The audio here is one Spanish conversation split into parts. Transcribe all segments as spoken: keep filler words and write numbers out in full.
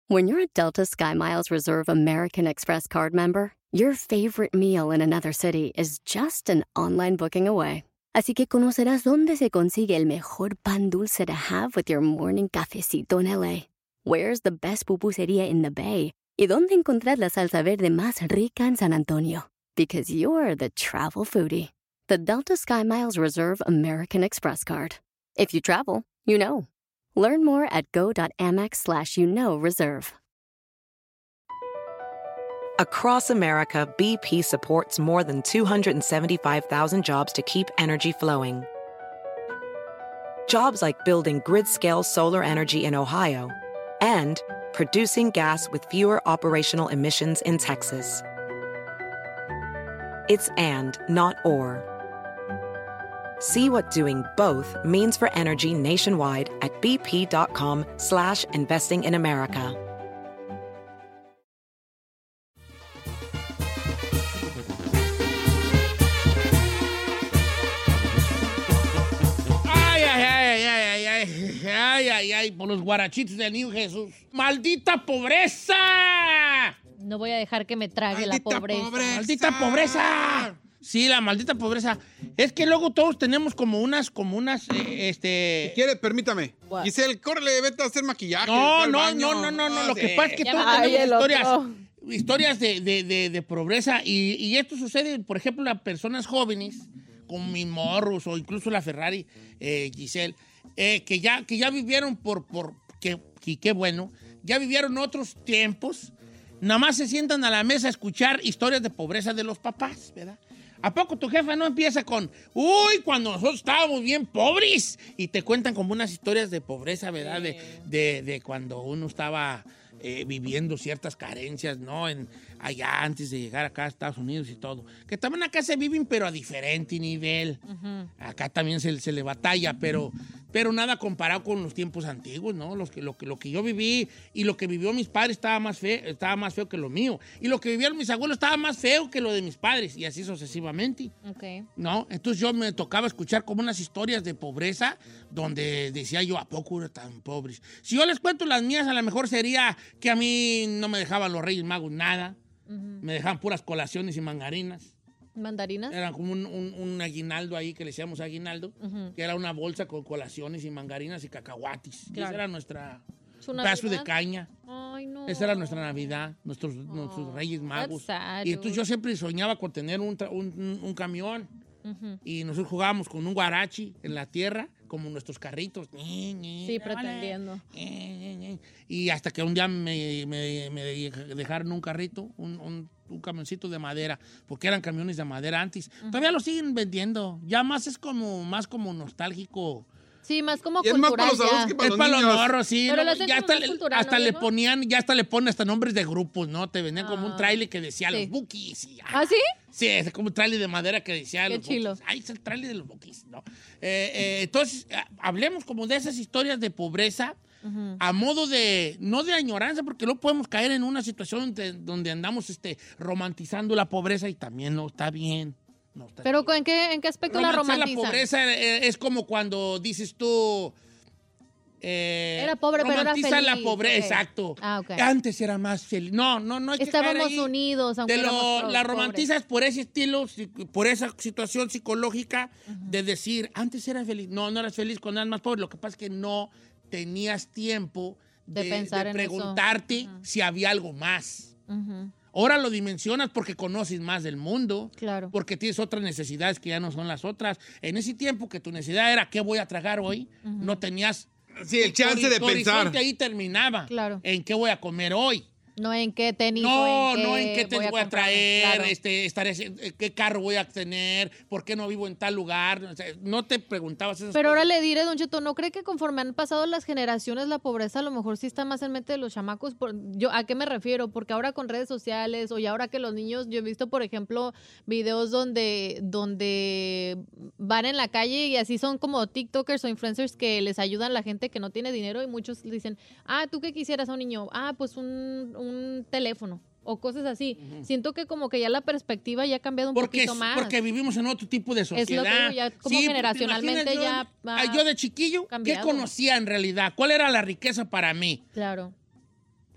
When you're a Delta SkyMiles Reserve American Express card member, your favorite meal in another city is just an online booking away. Así que conocerás dónde se consigue el mejor pan dulce to have with your morning cafecito en L A. Where's the best pupusería in the Bay? Y dónde encontrar la salsa verde más rica en San Antonio. Because you're the travel foodie. The Delta SkyMiles Reserve American Express card. If you travel, you know. Learn more at go.amex slash you know reserve. Across America, B P supports more than two hundred seventy-five thousand jobs to keep energy flowing. Jobs like building grid-scale solar energy in Ohio and producing gas with fewer operational emissions in Texas. It's and, not or. See what doing both means for energy nationwide at bp.com slash investing in America. Ay, ay, ay, ay, ay, ay, ay, ay, ay, por los guarachitos del Niño Jesús. ¡Maldita pobreza! No voy a dejar que me trague la ¡Maldita pobreza. pobreza! ¡Maldita pobreza! Sí, la maldita pobreza. Es que luego todos tenemos como unas, como unas, eh, este... Si quiere, permítame. What? Giselle, córrele, vete a hacer maquillaje. No, al no, baño. no, no, no, no. Ah, Lo sí. que pasa es que Ya todos va. tenemos Ay, el historias, otro. historias de, de, de, de pobreza. Y, y esto sucede, por ejemplo, a personas jóvenes, como mis morros o incluso la Ferrari, eh, Giselle, eh, que, ya, que ya vivieron por... por que, y qué bueno, ya vivieron otros tiempos. Nada más se sientan a la mesa a escuchar historias de pobreza de los papás, ¿verdad? ¿A poco tu jefa no empieza con, uy, cuando nosotros estábamos bien pobres? Y te cuentan como unas historias de pobreza, ¿verdad? De, de, de cuando uno estaba eh, viviendo ciertas carencias, ¿no? En, allá antes de llegar acá a Estados Unidos y todo. Que también acá se viven, pero a diferente nivel. Uh-huh. Acá también se, se le batalla, pero, pero nada comparado con los tiempos antiguos, ¿no? Los que, lo, que, lo que yo viví y lo que vivió mis padres estaba más, feo, estaba más feo que lo mío. Y lo que vivieron mis abuelos estaba más feo que lo de mis padres. Y así sucesivamente. Okay. ¿No? Entonces yo me tocaba escuchar como unas historias de pobreza donde decía yo, ¿a poco eran tan pobres? Si yo les cuento las mías, a lo mejor sería que a mí no me dejaban los Reyes Magos nada. Uh-huh. Me dejaban puras colaciones y mangarinas. ¿Mandarinas? Era como un, un, un aguinaldo ahí que le decíamos aguinaldo, uh-huh. que era una bolsa con colaciones y mangarinas y cacahuatis. Claro. Esa era nuestra... Un pedazo de caña. Ay, no. Esa era nuestra Navidad, nuestros, oh, nuestros Reyes Magos. Y entonces yo siempre soñaba con tener un, un, un camión. Uh-huh. Y nosotros jugábamos con un guarachi en la tierra, como nuestros carritos. Sí, pretendiendo. Y hasta que un día me, me, me dejaron un carrito, un, un, un camioncito de madera, porque eran camiones de madera antes. Uh-huh. Todavía lo siguen vendiendo. Ya más es como, más como nostálgico. Sí, más como y cultural. Es más para los, que para es los para niños. los morros, sí. Pero no, lo ya hasta, cultural, hasta ¿no, le Diego? ponían, ya hasta le ponen hasta nombres de grupos, ¿no? Te venían ah, como un trailer que decía sí. Los Bukis. Y, ¿Ah, sí? Sí, es como un trailer de madera que decía Qué los chilo. Bukis. Ay, es el trailer de los Bukis, ¿no? Eh, eh, entonces, eh, hablemos como de esas historias de pobreza uh-huh. a modo de, no de añoranza, porque no podemos caer en una situación de, donde andamos este, romantizando la pobreza y también no está bien. No, está ¿Pero bien. ¿en qué, en qué aspecto la romantizan? La pobreza eh, es como cuando dices tú... Eh, era pobre, pero era feliz. la pobreza, okay. Exacto. Ah, okay. Antes era más feliz. No, no, no hay Estábamos que unidos, aunque lo, éramos la pobres. romantizas por ese estilo, por esa situación psicológica uh-huh. de decir, antes era feliz. No, no eras feliz cuando eras más pobre. Lo que pasa es que no tenías tiempo de, de, pensar de en preguntarte eso. Uh-huh. si había algo más. Uh-huh. Ahora lo dimensionas porque conoces más del mundo, claro. porque tienes otras necesidades que ya no son las otras. En ese tiempo que tu necesidad era ¿qué voy a tragar hoy? Uh-huh. No tenías... Sí, el chance de pensar. ahí terminaba. Claro. ¿En qué voy a comer hoy? No en qué tenis. No, en qué no en qué tenis voy, voy a traer, claro. este, estaré, qué carro voy a tener, por qué no vivo en tal lugar. O sea, no te preguntabas esas Pero cosas. ahora le diré, Don Cheto, ¿no cree que conforme han pasado las generaciones la pobreza a lo mejor sí está más en mente de los chamacos? Por, yo, ¿a qué me refiero? Porque ahora con redes sociales o ya ahora que los niños, yo he visto, por ejemplo, videos donde, donde van en la calle y así son como TikTokers o influencers que les ayudan a la gente que no tiene dinero y muchos dicen, ah, ¿tú qué quisieras a un niño? Ah, pues un, un teléfono. O cosas así. Uh-huh. Siento que como que ya la perspectiva ya ha cambiado un porque poquito es, más. Porque vivimos en otro tipo de sociedad. Es lo que digo, ya como sí, generacionalmente yo, ya Yo de chiquillo, cambiado. ¿qué conocía en realidad? ¿Cuál era la riqueza para mí? Claro.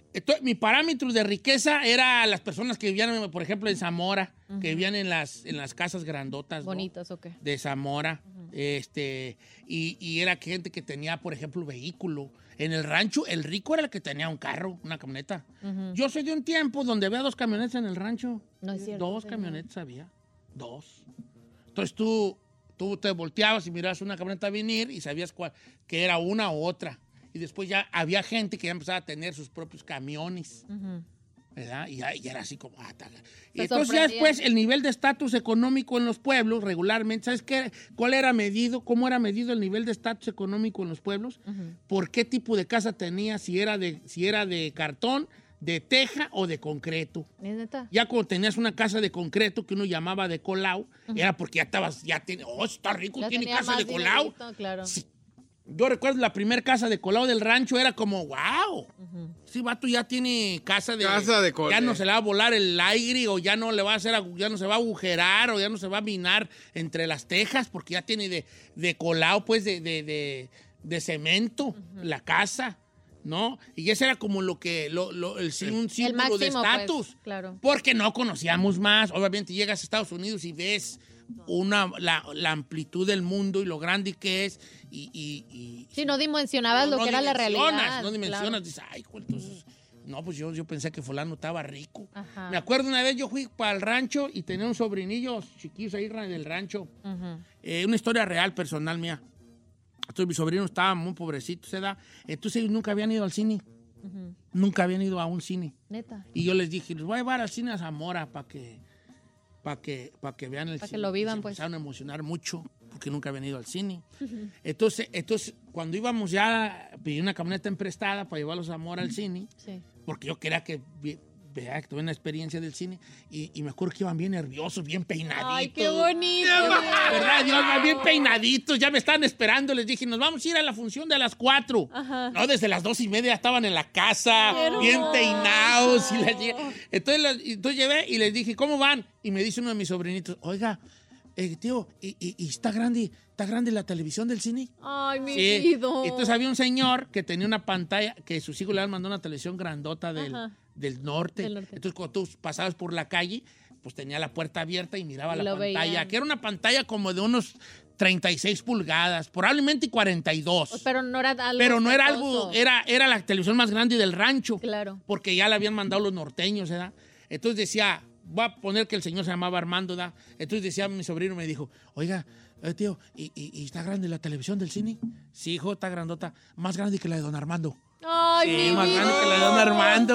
Entonces, mi parámetro de riqueza era las personas que vivían, por ejemplo, en Zamora, uh-huh. que vivían en las, en las casas grandotas. Bonitas, ¿no? ¿o qué? De Zamora. Uh-huh. este, y, y era gente que tenía, por ejemplo, vehículo. En el rancho, el rico era el que tenía un carro, una camioneta. Uh-huh. Yo soy de un tiempo donde había dos camionetas en el rancho. No es cierto. Dos camionetas había. Dos. Entonces tú, tú te volteabas y mirabas una camioneta venir y sabías cuál, que era una u otra. Y después ya había gente que ya empezaba a tener sus propios camiones, uh-huh. ¿verdad? Y ya, y era así como... Ah, y entonces ya después el nivel de estatus económico en los pueblos regularmente, ¿sabes qué? ¿Cuál era medido? ¿Cómo era medido el nivel de estatus económico en los pueblos? Uh-huh. ¿Por qué tipo de casa tenía? Si era de, si era de cartón, de teja o de concreto. ¿Es neta? Ya cuando tenías una casa de concreto que uno llamaba de colao, uh-huh. era porque ya estabas... ya tiene, oh, está rico, ya tiene casa de colao. Claro. Sí. Yo recuerdo la primera casa de colado del rancho, era como, wow, uh-huh. sí, vato ya tiene casa de... Casa de colado. Ya no se le va a volar el aire, o ya no le va a hacer, ya no se va a agujerar, o ya no se va a minar entre las tejas, porque ya tiene de, de colado, pues, de, de, de, de cemento, uh-huh. la casa, ¿no? Y ese era como lo que, lo, lo, el, el, un símbolo de estatus. Pues, claro. Porque no conocíamos más. Obviamente llegas a Estados Unidos y ves... Una, la, la amplitud del mundo y lo grande que es y... y, y sí, no dimensionabas no, lo no que era la realidad. No dimensionas, claro. Dices, ay, entonces... No, pues yo, yo pensé que fulano estaba rico. Ajá. Me acuerdo una vez yo fui para el rancho y tenía un sobrinillo chiquillos ahí en el rancho. Uh-huh. Eh, una historia real, personal mía. Entonces mi sobrino estaba muy pobrecito, ¿se da? Entonces ellos nunca habían ido al cine. Uh-huh. Nunca habían ido a un cine. Neta. Y yo les dije, les voy a llevar al cine a Zamora para que... para que, para que vean el para cine. Que lo vivan, se pues. empezaron a emocionar mucho porque nunca habían ido al cine. Uh-huh. Entonces, entonces, cuando íbamos ya, pedí una camioneta emprestada para llevarlos a Zamora al cine, sí. porque yo quería que vea que tuve una experiencia del cine y, y me acuerdo que iban bien nerviosos, bien peinaditos. ¡Ay, qué bonito! ¿Verdad? Iban bien peinaditos, ya me estaban esperando. Les dije, nos vamos a ir a la función de las cuatro. Ajá. No, desde las dos y media estaban en la casa, pero bien peinados. Y la, entonces, la, entonces llevé y les dije, ¿cómo van? Y me dice uno de mis sobrinitos, oiga, eh, tío, ¿y, y, y está grande está grande la televisión del cine? Ay, mi sí. vida. Entonces había un señor que tenía una pantalla, que sus hijos le habían mandado una televisión grandota del, del, norte. del norte. Entonces cuando tú pasabas por la calle, pues tenía la puerta abierta y miraba y la pantalla, veían. Que era una pantalla como de unos treinta y seis pulgadas, probablemente cuarenta y dos. Pero no era algo Pero no era algo, era, era la televisión más grande del rancho. Claro. Porque ya la habían mandado los norteños, ¿verdad? Entonces decía, voy a poner que el señor se llamaba Armando, ¿verdad? Entonces decía mi sobrino, me dijo, oiga, eh, tío, ¿y, y, ¿y está grande la televisión del cine? Sí, hijo, está grandota, más grande que la de don Armando. Ay, sí, mi más vida. grande que la de don Armando.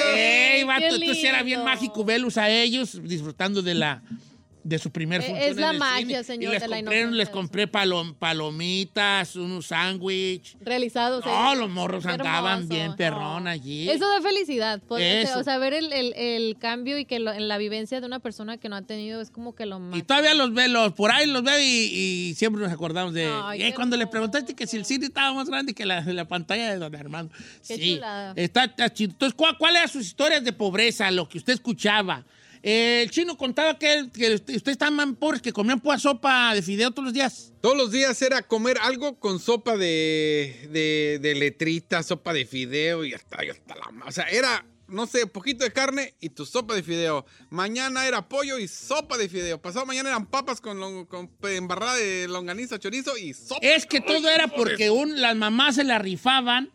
Ey, Ey, vato, entonces era bien mágico verlos a ellos disfrutando de la... de su primer función. Es la en el magia, cine. señor, y les de la compré, inocencia. les compré palom, palomitas, unos sándwiches. Realizados. No, ¿eh? los morros Qué andaban hermoso. bien perrón Oh. allí. Eso da felicidad. Poder, Eso. O sea, ver el, el, el cambio y que lo, en la vivencia de una persona que no ha tenido es como que lo más. Y todavía los veo, los, por ahí los veo y, y siempre nos acordamos de... Ay, eh, qué cuando le hermoso. preguntaste que si el cine estaba más grande que la, la pantalla de don Armando. Qué sí, chulada. Está, está chido. Entonces, ¿cuál, ¿cuál eran sus historias de pobreza, lo que usted escuchaba? Eh, el chino contaba que, que ustedes estaban más pobres, que comían pura sopa de fideo todos los días. Todos los días era comer algo con sopa de, de, de letrita, sopa de fideo y hasta, y hasta la... O sea, era, no sé, poquito de carne y tu sopa de fideo. Mañana era pollo y sopa de fideo. Pasado mañana eran papas con, long, con embarrada de longaniza, chorizo y sopa. Es que todo era porque un, las mamás se la rifaban.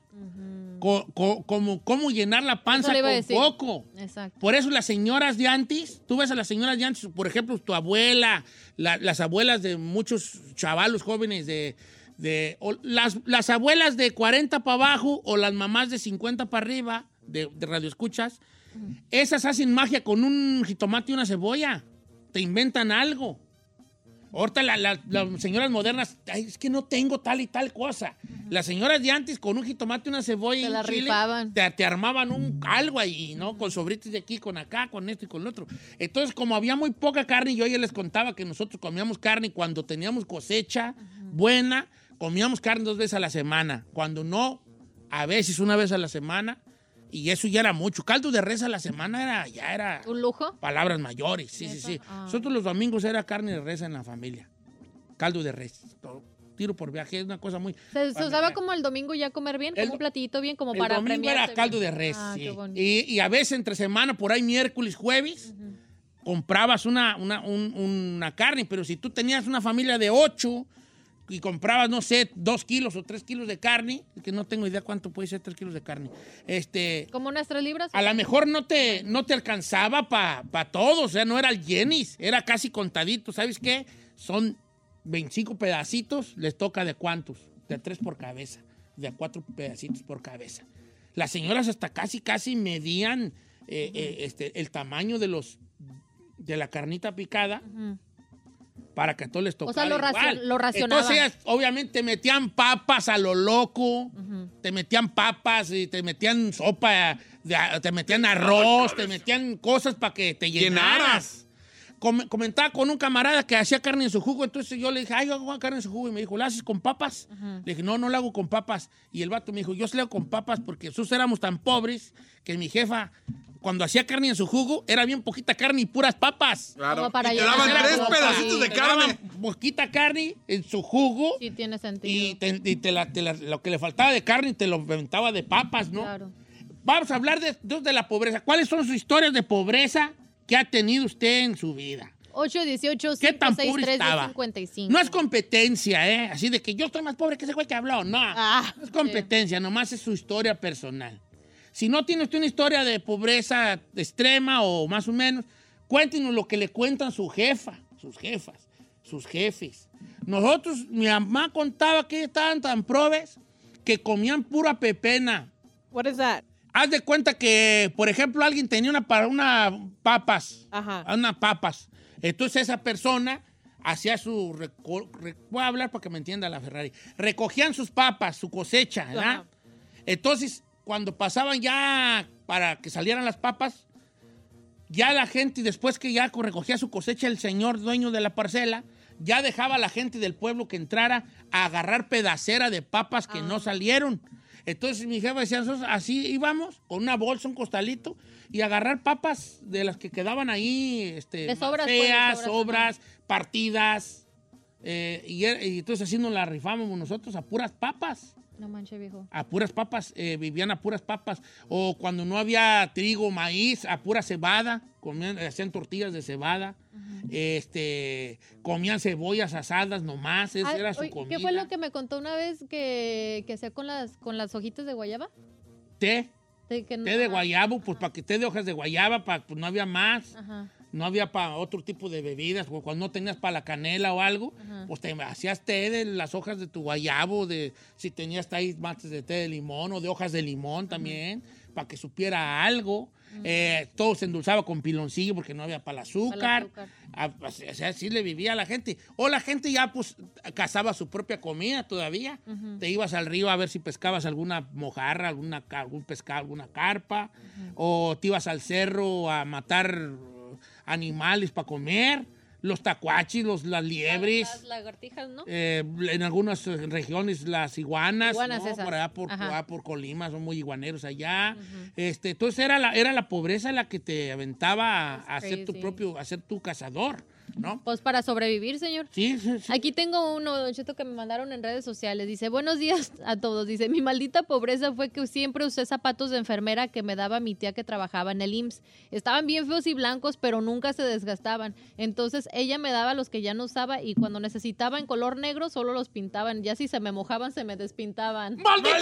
Co, co, como cómo llenar la panza con poco. Exacto. Por eso las señoras de antes, tú ves a las señoras de antes, por ejemplo, tu abuela, la, las abuelas de muchos chavalos jóvenes de... de o las, las abuelas de cuarenta para abajo o las mamás de cincuenta para arriba, de, de radioescuchas, uh-huh. esas hacen magia con un jitomate y una cebolla. Te inventan algo. Ahorita la, la, las señoras modernas, ay, es que no tengo tal y tal cosa. Uh-huh. Las señoras de antes con un jitomate, una cebolla y la un chile, rifaban. te, te armaban un algo ahí, ¿no? Con sobritos de aquí, con acá, con esto y con lo otro. Entonces, como había muy poca carne, yo ya les contaba que nosotros comíamos carne cuando teníamos cosecha uh-huh. buena, comíamos carne dos veces a la semana. Cuando no, a veces una vez a la semana. Y eso ya era mucho. Caldo de res a la semana era, ya era... ¿Un lujo? Palabras mayores, sí, sí, sí. Ah. Nosotros los domingos era carne de res en la familia. Caldo de res. Todo. tiro por viaje, es una cosa muy... Se, se usaba como el domingo ya comer bien, como El- un platito bien, como El para domingo premiarse era caldo bien. de res, Ah, sí. qué bonito. y, y a veces entre semana, por ahí miércoles, jueves, comprabas una, una, un- una carne, pero si tú tenías una familia de ocho y comprabas, no sé, dos kilos o tres kilos de carne, que no tengo idea cuánto puede ser tres kilos de carne, este... ¿Como unas tres libras? A lo mejor no te, no te alcanzaba para pa todos, o sea, no era el llenis, era casi contadito. ¿Sabes qué? Son veinticinco pedacitos, les toca de cuántos, de tres por cabeza, de a cuatro pedacitos por cabeza. Las señoras hasta casi, casi medían eh, eh, este, el tamaño de los de la carnita picada Ujú. para que a todos les tocara O sea, lo racio- igual. lo racionaban. Entonces ellas obviamente metían papas a lo loco, Ujú. te metían papas y te metían sopa, de- te metían arroz, te metían cosas para que te llenaras. Llenaras. Com- comentaba con un camarada que hacía carne en su jugo, entonces yo le dije, ay, yo hago carne en su jugo, y me dijo, ¿la haces con papas? Ujú. Le dije, no, no la hago con papas. Y el vato me dijo, yo sí la hago con papas porque nosotros éramos tan pobres que mi jefa, cuando hacía carne en su jugo, era bien poquita carne y puras papas. Claro. Como para y te llenar. daban Era tres como pedacitos para- de Te daban carne. poquita carne en su jugo Sí, tiene sentido. y, te- y te la- te la- lo que le faltaba de carne te lo aventaba de papas, ¿no? Claro. Vamos a hablar de, de la pobreza. ¿Cuáles son sus historias de pobreza que ha tenido usted en su vida? ocho dieciocho, ¿Qué tan cinco seis pobre tres, estaba? cincuenta y cinco. No es competencia, ¿eh? Así de que yo estoy más pobre que ese güey que habló. No, Ah, no es competencia, nomás es su historia personal. Si no tiene usted una historia de pobreza extrema o más o menos, cuéntenos lo que le cuentan su jefa, sus jefas, sus jefes. Nosotros, mi mamá contaba que estaban tan probes que comían pura pepena. What is that? Haz de cuenta que, por ejemplo, alguien tenía una, para una papas, Ajá. unas papas. Entonces esa persona hacía su... reco- re- voy a hablar para que me entienda la Ferrari. Recogían sus papas, su cosecha, ¿verdad? Ajá. Entonces, cuando pasaban ya para que salieran las papas, ya la gente, después que ya recogía su cosecha el señor dueño de la parcela, ya dejaba a la gente del pueblo que entrara a agarrar pedacera de papas que no salieron. Entonces mi jefa decía, "Nosotros así íbamos, con una bolsa, un costalito, y agarrar papas de las que quedaban ahí, este, De sobras, pues, de feas, sobras, sobras, partidas. eh, y, er- y entonces así nos la rifábamos nosotros a puras papas. No manches, viejo. A puras papas, eh, vivían a puras papas. O cuando no había trigo, maíz, a pura cebada, comían, hacían tortillas de cebada. este, comían cebollas asadas nomás, esa Ah, era su oye, comida. ¿qué fue lo que me contó una vez que, que hacía con las, con las hojitas de guayaba? Té, De que no- té de ajá, guayabo, pues para que té de hojas de guayaba, pa- pues no había más. Ajá. No había para otro tipo de bebidas, o cuando no tenías para la canela o algo, Ajá. pues te hacías té de las hojas de tu guayabo, de si tenías ahí mates de té de limón o de hojas de limón también, para que supiera a algo. Eh, todo se endulzaba con piloncillo porque no había para el azúcar. azúcar. Ah, pues, o sea, así le vivía a la gente. O la gente ya pues cazaba su propia comida todavía. Te ibas al río a ver si pescabas alguna mojarra, alguna, ca- algún pescado, alguna carpa. O te ibas al cerro a matar animales para comer. Los tacuachis, los, las liebres. Las lagartijas, ¿no? Eh, en algunas eh, regiones las iguanas, Iguanas ¿no? esas. Por allá por, Ajá. por allá por Colima, son muy iguaneros allá. este, entonces era la, era la pobreza la que te aventaba a, a That's ser tu crazy. propio, a ser tu cazador, ¿no? Pues para sobrevivir, señor. Sí, sí, sí. Aquí tengo uno, Don Cheto, que me mandaron en redes sociales. Dice, buenos días a todos. Dice, mi maldita pobreza fue que siempre usé zapatos de enfermera que me daba mi tía que trabajaba en el I M S S. Estaban bien feos y blancos, pero nunca se desgastaban. Entonces ella me daba los que ya no usaba y cuando necesitaba en color negro solo los pintaban. Ya si se me mojaban, se me despintaban. ¡Maldita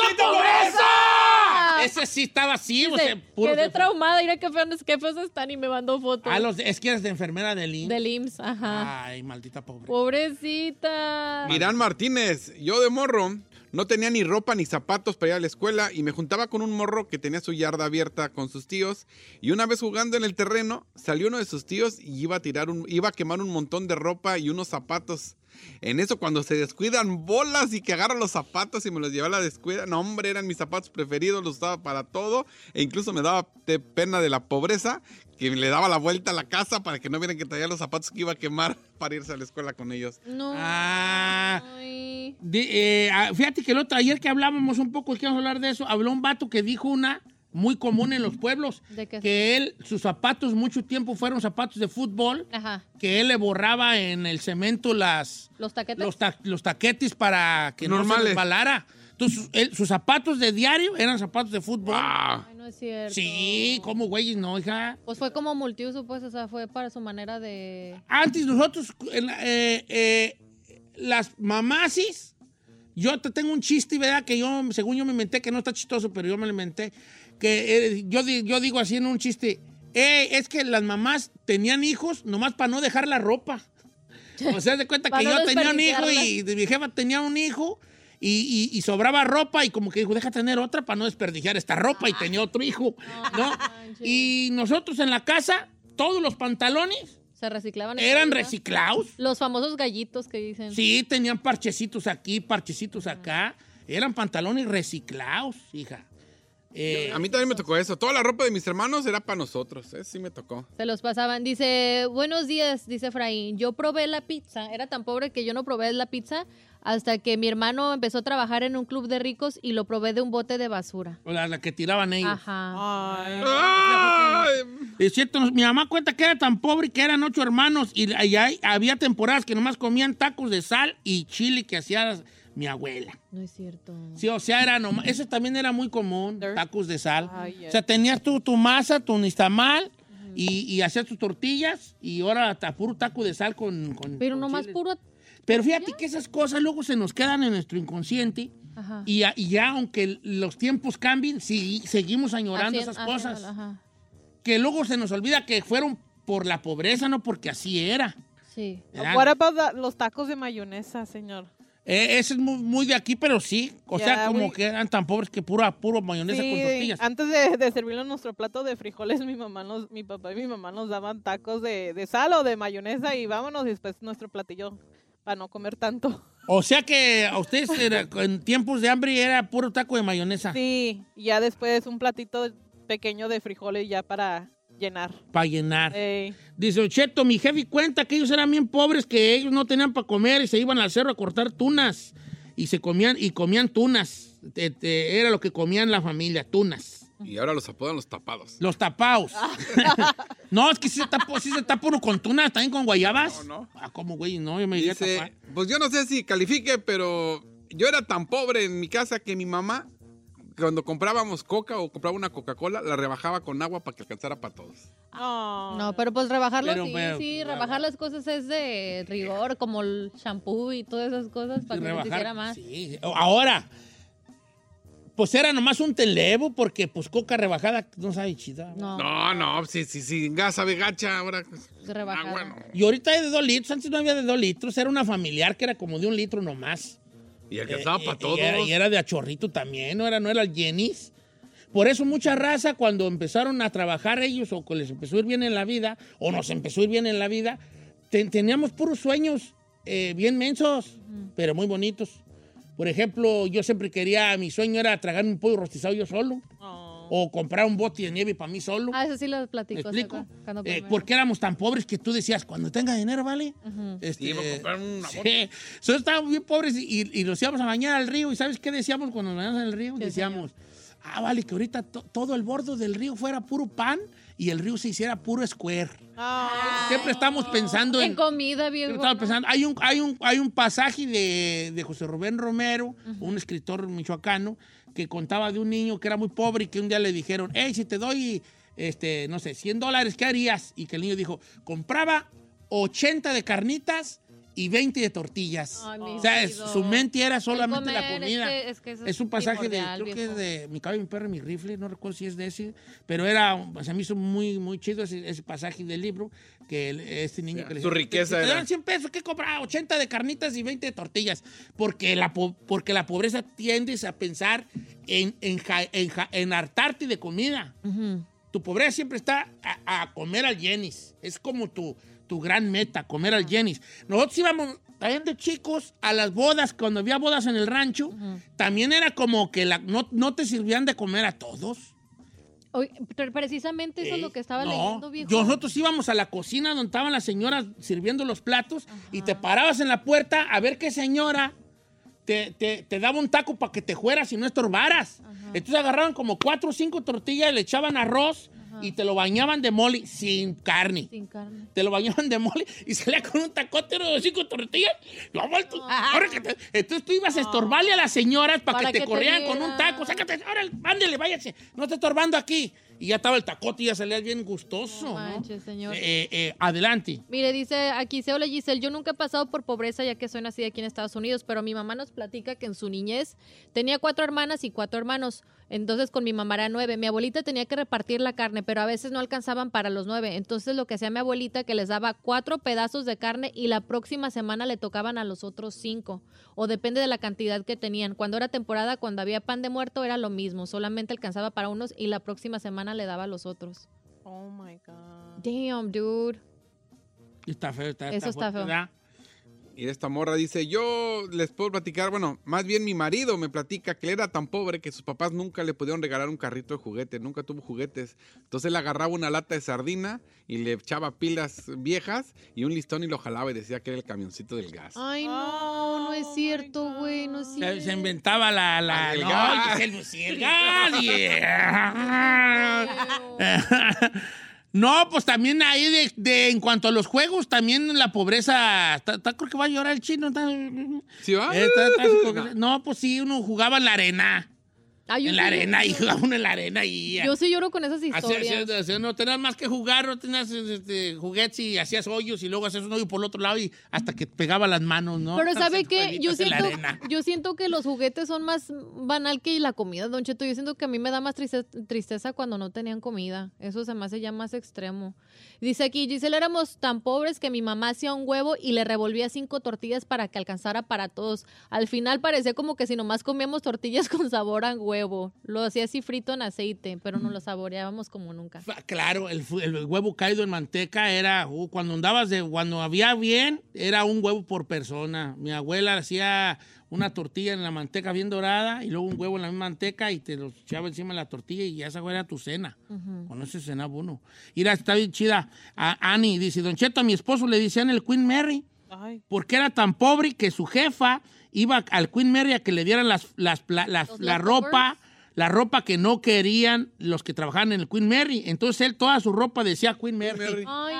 pobreza! Ese sí estaba así, o sea, Dice, puro quedé de- traumada. Mira qué feos, qué feos están y me mandó fotos Ah, los, es que eres de enfermera del I M S S. del I M S S. Ajá. Ay, maldita pobreza. Pobrecita. Irán Martínez, yo de morro no tenía ni ropa ni zapatos para ir a la escuela y me juntaba con un morro que tenía su yarda abierta con sus tíos y una vez jugando en el terreno salió uno de sus tíos y iba a tirar un, iba a quemar un montón de ropa y unos zapatos. En eso cuando se descuidan bolas y que agarran los zapatos y me los lleva a la descuida, no hombre, eran mis zapatos preferidos, los usaba para todo e incluso me daba de pena de la pobreza que le daba la vuelta a la casa para que no vieran que traía los zapatos que iba a quemar para irse a la escuela con ellos. No. Ah, Ay. de- eh, ah, fíjate que el otro, ayer que hablábamos un poco, que vamos a hablar de eso, habló un vato que dijo una muy común en los pueblos. ¿De qué? Que él, sus zapatos mucho tiempo fueron zapatos de fútbol, Ajá. que él le borraba en el cemento las, ¿Los taquetes? los, ta- los taquetes para que no se Normales. resbalara. Entonces, él- sus zapatos de diario eran zapatos de fútbol. Ah, Ay, no es cierto. Sí, como güeyes, no, hija. Pues fue como multiuso, pues, o sea, fue para su manera de... Antes nosotros, en la- eh, eh, las mamasis, yo te tengo un chiste, ¿verdad? Que yo, según yo me inventé, que no está chistoso, pero yo me lo inventé. Que eh, yo, di- yo digo así en un chiste, eh, es que las mamás tenían hijos nomás para no dejar la ropa. O sea, de cuenta que Para no yo tenía un hijo desperdiciarla. y mi jefa tenía un hijo y, y- y sobraba ropa y como que dijo, deja tener otra para no desperdiciar esta ropa y tenía otro hijo, ¿no? manches. Y nosotros en la casa, todos los pantalones Se reciclaban. en eran vida. reciclados. Los famosos gallitos que dicen. Sí, tenían parchecitos aquí, parchecitos acá. Eran pantalones reciclados, hija. Eh, a mí también me tocó eso. Toda la ropa de mis hermanos era para nosotros. Eso sí me tocó. Se los pasaban. Dice, buenos días, dice Efraín. Yo probé la pizza. Era tan pobre que yo no probé la pizza hasta que mi hermano empezó a trabajar en un club de ricos y lo probé de un bote de basura. o la, la que tiraban ellos. Ajá. Ay. Ay, Es cierto, mi mamá cuenta que era tan pobre que eran ocho hermanos y allá había temporadas que nomás comían tacos de sal y chile que hacía mi abuela. No es cierto. Sí, o sea, era nomás, eso también era muy común, tacos de sal. Ay, ay. O sea, tenías tú tu masa, tu nistamal y, y hacías tus tortillas y ahora hasta puro taco de sal con, con Pero con nomás chile. puro... Pero fíjate que esas cosas luego se nos quedan en nuestro inconsciente Ajá. y, ya- y ya aunque los tiempos cambien, sí, seguimos añorando Hacien- esas hacen- cosas. Ajá. Que luego se nos olvida que fueron por la pobreza, no porque así era. Sí. ¿verdad? What about the- los tacos de mayonesa, señor? Eh, ese es muy, muy de aquí, pero sí. O Ya, sea, como we- que eran tan pobres que pura, puro mayonesa Sí, con tortillas. antes de, de servirlo en nuestro plato de frijoles, mi mamá nos, mi papá y mi mamá nos daban tacos de, de sal o de mayonesa y vámonos y después nuestro platillo para no comer tanto. O sea que a ustedes era- en tiempos de hambre era puro taco de mayonesa Sí, y ya después un platito pequeño de frijoles ya para llenar. para llenar. Ey. Dice Ocheto, mi jefe cuenta que ellos eran bien pobres, que ellos no tenían para comer y se iban al cerro a cortar tunas. Y se comían, y comían tunas. Te- te- era lo que comían la familia, tunas. y ahora los apodan los tapados. Los tapaos. No, es que sí se tapa, sí se tapa uno con tunas, también con guayabas. No, no. Ah, ¿cómo, güey? No, yo me llegué a Dice, tapar. pues yo no sé si califique, pero yo era tan pobre en mi casa que mi mamá, cuando comprábamos coca o compraba una Coca-Cola, la rebajaba con agua para que alcanzara para todos. Oh. No, pero pues rebajarlo Pero, sí, pero, sí, pero, rebajar las cosas es de rigor, como el shampoo y todas esas cosas para Y que no rebajar, se hiciera más. sí. Ahora, pues era nomás un televo, porque pues coca rebajada no sabe chida. No, No, no, si, si, si gas sabe gacha, ahora... rebajada. Ah, bueno. Y ahorita hay de dos litros, antes no había de dos litros, era una familiar que era como de un litro nomás. Y alcanzaba Eh, para y- todos. Y era, y era de achorrito también, no era, no era el Jenny's. Por eso mucha raza, cuando empezaron a trabajar ellos, o que les empezó a ir bien en la vida, o nos empezó a ir bien en la vida, te- teníamos puros sueños eh, bien mensos, pero muy bonitos. Por ejemplo, yo siempre quería, mi sueño era tragar un pollo rostizado yo solo, Oh. o comprar un bote de nieve para mí solo. Ah, eso sí lo ¿Me platico. explico? ¿se acuerdan? Cuando Eh, primero. porque éramos tan pobres que tú decías, cuando tenga dinero, ¿vale? Este, Sí, iba a comprar una sí. Nosotros estábamos bien pobres y, y nos íbamos a bañar al río. ¿Y sabes qué decíamos cuando nos bañamos en el río? Sí, Decíamos, ah, vale, que ahorita to- todo el bordo del río fuera puro pan y el río se hiciera puro square. Ah. Siempre estamos pensando en... En comida, viejo. Siempre estamos ¿no? pensando, hay un, hay un, hay un pasaje de, de José Rubén Romero, un escritor michoacano, que contaba de un niño que era muy pobre y que un día le dijeron, hey, si te doy, este, no sé, cien dólares, ¿qué harías? Y que el niño dijo, compraba ochenta de carnitas y veinte de tortillas. Ay, mi O sea, es- vida. su mente era solamente El la comer, comida. Es, que- es que eso Es un pasaje de, primordial, creo que es viejo. de Mi caballo, mi perro y mi rifle, no recuerdo si es de ese, pero era, o sea, me hizo muy, muy chido ese, ese pasaje del libro, que el- este niño que le su decía, riqueza "Si te era". dan cien pesos, ¿qué comprar? ochenta de carnitas y veinte de tortillas, porque la, po- porque la pobreza tiendes a pensar en, en, ja- en, ja- en hartarte de comida. Ujú. Tu pobreza siempre está a, a comer al Jenny's. Es como tu, tu gran meta, comer al Jenny's. Nosotros íbamos también de chicos a las bodas, cuando había bodas en el rancho, también era como que la, no, no te sirvían de comer a todos. Oye, pero precisamente eso es lo que estaba No, leyendo, viejo. nosotros íbamos a la cocina donde estaban las señoras sirviendo los platos y te parabas en la puerta a ver qué señora te, te- te daba un taco para que te fueras y no estorbaras. Entonces agarraban como cuatro o cinco tortillas, le echaban arroz y te lo bañaban de mole sin carne. Sin carne. Te lo bañaban de mole y salía con un tacote de cinco tortillas. Lo vuelto. Ahora que te- entonces tú ibas a estorbarle a las señoras para, Para que te que te corrieran con un vieran. taco. Sácate, ahora, ándele, váyase. No está estorbando aquí. Y ya estaba el tacote y ya salías bien gustoso. No ¿no? manches, señor. Eh, eh, adelante. Mire, dice aquí, se hola Giselle, yo nunca he pasado por pobreza ya que soy nacida aquí en Estados Unidos, pero mi mamá nos platica que en su niñez tenía cuatro hermanas y cuatro hermanos, entonces con mi mamá era nueve. Mi abuelita tenía que repartir la carne, pero a veces no alcanzaban para los nueve, entonces lo que hacía mi abuelita que les daba cuatro pedazos de carne y la próxima semana le tocaban a los otros cinco, o depende de la cantidad que tenían. Cuando era temporada, cuando había pan de muerto era lo mismo, solamente alcanzaba para unos y la próxima semana le daba a los otros. Oh my God. Damn, dude. Está feo, está, Eso está fuerte, feo. ¿verdad? Y esta morra dice, yo les puedo platicar, bueno, más bien mi marido me platica que él era tan pobre que sus papás nunca le pudieron regalar un carrito de juguete, nunca tuvo juguetes. Entonces él agarraba una lata de sardina y le echaba pilas viejas y un listón y lo jalaba y decía que era el camioncito del gas. Ay, no, no es cierto, güey, no es Se, cierto. se inventaba la... la Ah, el no, gas. Giselle, sí, el gas. yeah. No, pues también ahí de, de- en cuanto a los juegos, también la pobreza... Está, está- creo que va a llorar el chino. Está, ¿Sí va? está- está- no, pues sí, uno jugaba en la arena. Ay, yo En la sí- arena y jugaba uno en la arena y... Yo sí lloro con esas Hacía- historias. hacía- hacía- no tenías más que jugar, no tenías este, juguetes y hacías hoyos y luego hacías un hoyo por el otro lado y hasta que pegaba las manos, ¿no? Pero ¿sabe Hacer qué? Yo jueguitos en la siento, arena. yo siento que los juguetes son más banal que la comida, Don Cheto. Yo siento que a mí me da más triste- tristeza cuando no tenían comida. Eso se me hace ya más extremo. Dice aquí, Giselle, éramos tan pobres que mi mamá hacía un huevo y le revolvía cinco tortillas para que alcanzara para todos. Al final parecía como que si nomás comíamos tortillas con sabor a huevo. Lo hacía así frito en aceite, pero no lo saboreábamos como nunca. Fa- Claro, el, fu- el huevo caído en manteca era, uh, cuando andabas de, cuando había bien, era un huevo por persona. Mi abuela hacía una tortilla en la manteca bien dorada y luego un huevo en la misma manteca y te lo echaba encima de la tortilla y esa era tu cena. Con eso cenaba uno. Mira, está bien chida. A Annie dice, Don Cheto, a mi esposo le decían el Queen Mary Ay, porque era tan pobre que su jefa iba al Queen Mary a que le dieran las, las, pla- las- Los la leftovers. ropa, la ropa que no querían los que trabajaban en el Queen Mary. Entonces él toda su ropa decía Queen Mary. Mary. Ay,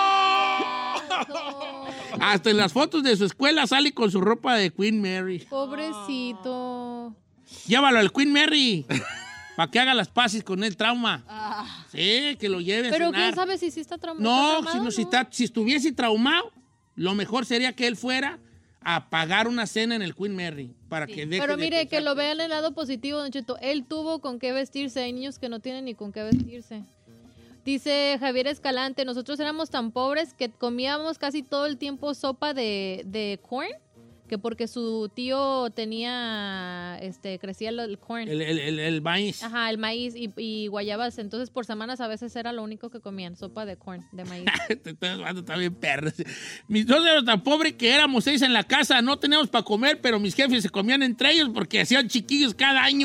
¡Oh! Hasta en las fotos de su escuela sale con su ropa de Queen Mary. pobrecito. Llévalo al Queen Mary para que haga las paces con el trauma. Sí, que lo lleve a Pero cenar. ¿quién sabe si sí está traum- está No, traumado? si, no, si, está- si estuviese traumado, lo mejor sería que él fuera a pagar una cena en el Queen Mary para que deje Pero de mire, que pensar lo vean en el lado positivo, Don Cheto. Él tuvo con qué vestirse. Hay niños que no tienen ni con qué vestirse. Dice Javier Escalante, nosotros éramos tan pobres que comíamos casi todo el tiempo sopa de, de corn, que porque su tío tenía, este, crecía el, el corn. el, el, el, el maíz. Ajá, el maíz y, y guayabas. Entonces, por semanas a veces era lo único que comían, sopa de corn, de maíz. Te estoy hablando también, perros. Mis dos eran tan pobres que éramos seis en la casa, no teníamos para comer, pero mis jefes se comían entre ellos porque hacían chiquillos cada año.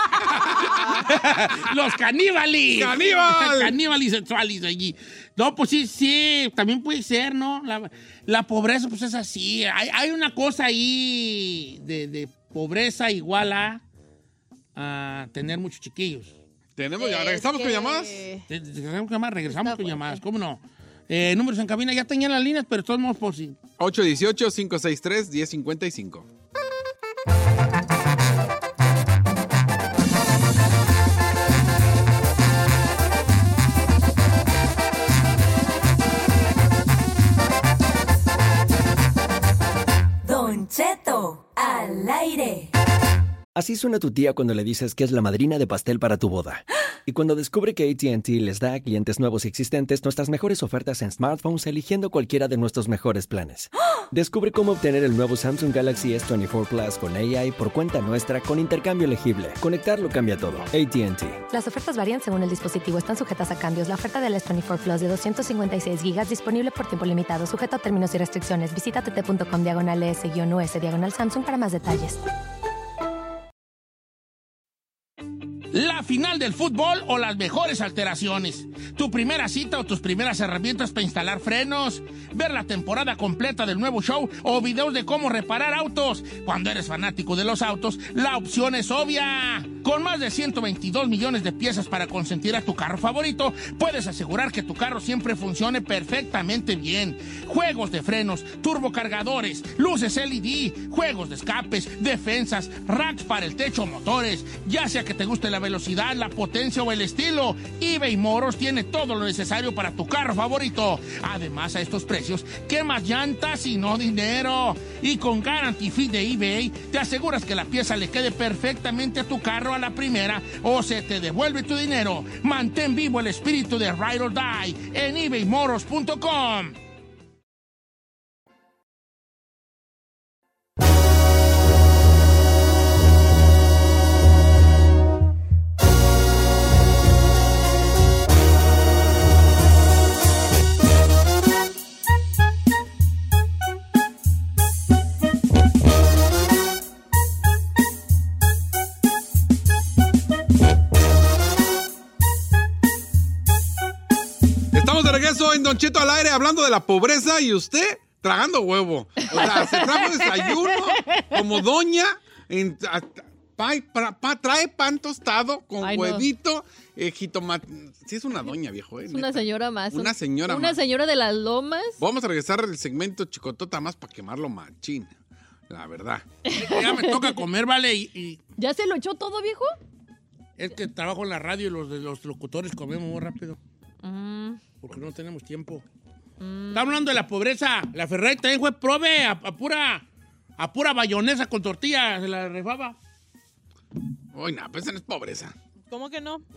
Los caníbales. ¡Caníbal! Caníbales sexuales allí. No, pues sí, sí, también puede ser, ¿no? La, la pobreza, pues es así. Hay, hay una cosa ahí de, de pobreza igual a, a tener muchos chiquillos. Tenemos, ya regresamos con que- llamadas. Te- te- Regresamos con llamadas, regresamos Está con fuerte. llamadas, ¿cómo no? Eh, números en cabina, ya tenían las líneas, pero de todos modos por si. ocho uno ocho, cinco seis tres, uno cero cinco cinco. Don Cheto, al aire. Así suena tu tía cuando le dices que es la madrina de pastel para tu boda. Y cuando descubre que A T and T les da a clientes nuevos y existentes nuestras mejores ofertas en smartphones eligiendo cualquiera de nuestros mejores planes. Descubre cómo obtener el nuevo Samsung Galaxy S veinticuatro Plus con A I por cuenta nuestra con intercambio elegible. Conectarlo cambia todo. A T and T. Las ofertas varían según el dispositivo. Están sujetas a cambios. La oferta del S veinticuatro Plus de doscientos cincuenta y seis gigas disponible por tiempo limitado. Sujeto a términos y restricciones. Visita tt.com diagonal S-U S diagonal Samsung para más detalles. la final del fútbol o las mejores alteraciones, tu primera cita o tus primeras herramientas para instalar frenos, ver la temporada completa del nuevo show o videos de cómo reparar autos. Cuando eres fanático de los autos, la opción es obvia. Con más de ciento veintidós millones de piezas para consentir a tu carro favorito, puedes asegurar que tu carro siempre funcione perfectamente bien. Juegos de frenos, turbocargadores, luces L E D, juegos de escapes, defensas, racks para el techo o motores. Ya sea que te guste la velocidad, la potencia o el estilo, eBay Motors tiene todo lo necesario para tu carro favorito. Además, a estos precios, ¿qué más llantas y no dinero? Y con Guarantee Fee de eBay, te aseguras que la pieza le quede perfectamente a tu carro a la primera o se te devuelve tu dinero. Mantén vivo el espíritu de Ride or Die en ebay motors punto com. De regreso en Don Cheto al aire hablando de la pobreza y usted tragando huevo. O sea, se trajo desayuno como doña, en, a, pa, pa, pa, trae pan tostado con Ay, huevito, no. eh, jitomate. Sí, es una doña, viejo. Eh, es una señora más. Una señora una más. Una señora de las lomas. Vamos a regresar al segmento Chicotota más para quemarlo machín. La verdad. Ya me toca comer, vale. Y, y... ¿Ya se lo echó todo, viejo? Es que trabajo en la radio y los de los locutores comemos muy rápido. Mm. Porque no tenemos tiempo. Mm. Está hablando de la pobreza. La Ferrari también fue prove a, a pura a pura bayonesa con tortilla. Se la refaba. Uy, no, pues esa no es pobreza. ¿Cómo que no?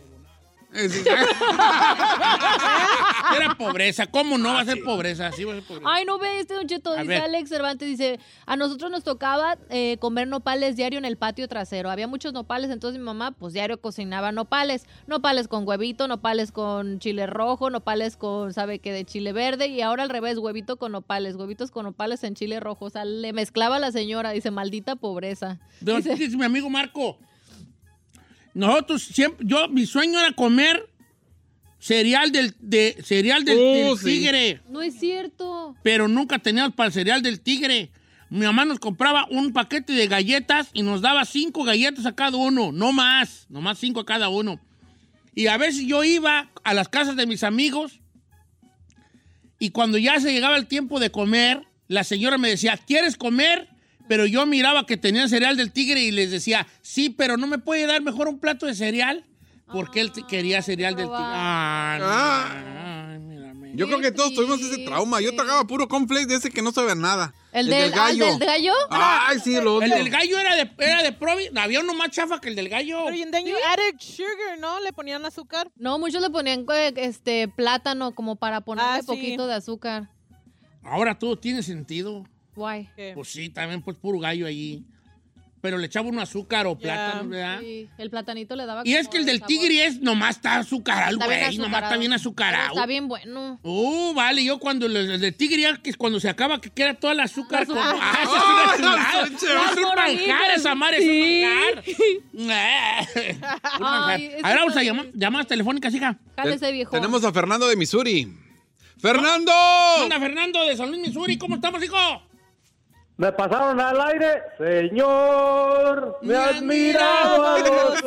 Era pobreza. ¿Cómo no ah, va a ser sí. pobreza? Sí va a ser pobreza. Ay, no ve este Don Cheto. Dice ver. Alex Cervantes, dice, a nosotros nos tocaba eh, comer nopales diario en el patio trasero. Había muchos nopales, entonces mi mamá pues diario cocinaba nopales. Nopales con huevito, nopales con chile rojo, nopales con, ¿sabe qué? De chile verde. Y ahora al revés, huevito con nopales, huevitos con nopales en chile rojo. O sea, le mezclaba a la señora. Dice, maldita pobreza. Dice, dice mi amigo Marco. Nosotros siempre, yo, mi sueño era comer cereal del, de, cereal del, oh, del sí. tigre. No es cierto. Pero nunca teníamos para el cereal del tigre. Mi mamá nos compraba un paquete de galletas y nos daba cinco galletas a cada uno. No más, nomás cinco a cada uno. Y a veces yo iba a las casas de mis amigos y cuando ya se llegaba el tiempo de comer, la señora me decía, ¿quieres comer? Pero yo miraba que tenían cereal del tigre y les decía, sí, pero ¿no me puede dar mejor un plato de cereal? Porque ah, él quería cereal del tigre. Ah, ah. Ay, mírame. Yo creo que todos tuvimos ese trauma. Yo tragaba puro cornflakes de ese que no sabía nada. ¿El, el del, del gallo? ¿El del gallo? Ay, sí, lo odio. El del gallo era de, era de Provi. Había uno más chafa que el del gallo. Pero y then you added sugar, ¿no? ¿Le ponían azúcar? No, muchos le ponían este plátano como para ponerle ah, poquito sí. de azúcar. Ahora todo tiene sentido. Guay. Pues sí, también pues puro gallo allí. Pero le echaba un azúcar o yeah. plátano, ¿verdad? Sí, el platanito le daba. Y es que el del tigre es nomás está azucarado, güey. Nomás está bien azucarado. Está bien bueno. Uh, vale. Yo cuando el, el del tigre, que es cuando se acaba, que queda todo el azúcar. Con... Ah, ah, esa oh, es una chulada. Es un manjar, esa madre sí. es un manjar. un manjar. Ay, a ver, vamos a llamar, llamadas telefónicas, hija. Cálese, viejo. Tenemos a Fernando de Missouri. ¡Fernando! Hola, Fernando de San Luis, Missouri. ¿Cómo estamos, hijo? Me pasaron al aire, señor, me has mirado a los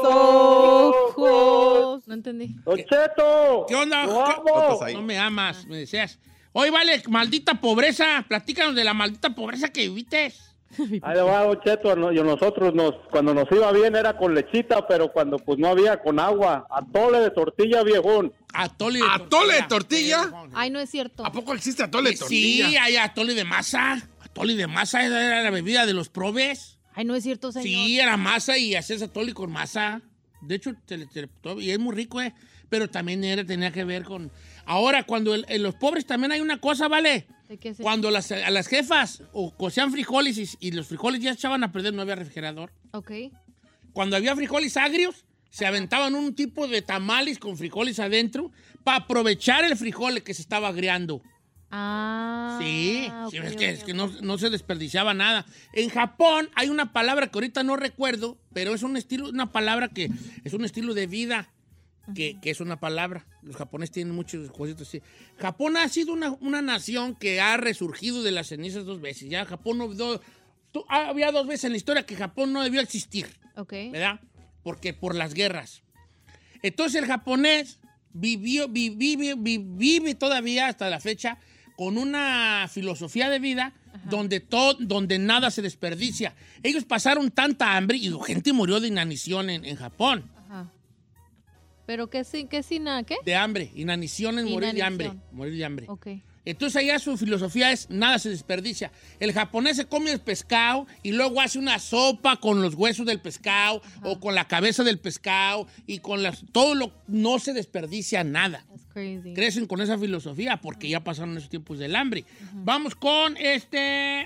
ojos. No entendí. Don Cheto, ¿qué onda? lo amo. No me amas, me deseas. Oye, vale, maldita pobreza. Platícanos de la maldita pobreza que viviste. Ahí va, Don Cheto. No, yo nosotros, nos, cuando nos iba bien era con lechita, pero cuando pues no había, con agua. Atole de tortilla, viejón. Atole de ¿Atole tortilla. de tortilla? Ay, no es cierto. ¿A poco existe atole de tortilla? Sí, hay atole de masa. Atole de masa era la bebida de los probes. Ay, no es cierto, señor. Sí, era masa y hacías atole con masa. De hecho, te, te, y es muy rico, ¿eh? Pero también era, tenía que ver con... Ahora, cuando el, en los pobres también hay una cosa, ¿vale? ¿De qué es eso? Cuando las, a las jefas o cocían frijoles y, y los frijoles ya echaban a perder, no había refrigerador. Ok. Cuando había frijoles agrios, se aventaban un tipo de tamales con frijoles adentro para aprovechar el frijol que se estaba agriando. Ah. Sí, sí, ok, es que, ok, es que no, no se desperdiciaba nada. En Japón hay una palabra que ahorita no recuerdo, pero es un estilo, una palabra que es un estilo de vida, que, que es una palabra. Los japoneses tienen muchos cositas así. Japón ha sido una, una nación que ha resurgido de las cenizas dos veces. Ya Japón no... no tú, había dos veces en la historia que Japón no debió existir, Ok. ¿verdad? Porque por las guerras. Entonces el japonés vivió, vi- vive, vi- vive todavía hasta la fecha con una filosofía de vida donde, todo, donde nada se desperdicia. Ellos pasaron tanta hambre y gente murió de inanición en, en Japón. Ajá. ¿Pero qué sin, qué sin nada? ¿Qué? De hambre. Inanición es morir de Inanición. hambre. Morir de hambre. Ok. Entonces allá su filosofía es nada se desperdicia. El japonés se come el pescado y luego hace una sopa con los huesos del pescado o con la cabeza del pescado y con las, todo lo no se desperdicia nada. That's crazy. Crecen con esa filosofía porque ya pasaron esos tiempos del hambre. Vamos con este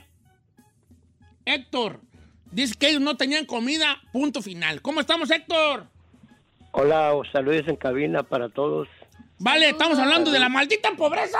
Héctor. Dice que ellos no tenían comida, punto final. ¿Cómo estamos, Héctor? Hola, saludos en cabina para todos. Vale, estamos hablando de la maldita pobreza.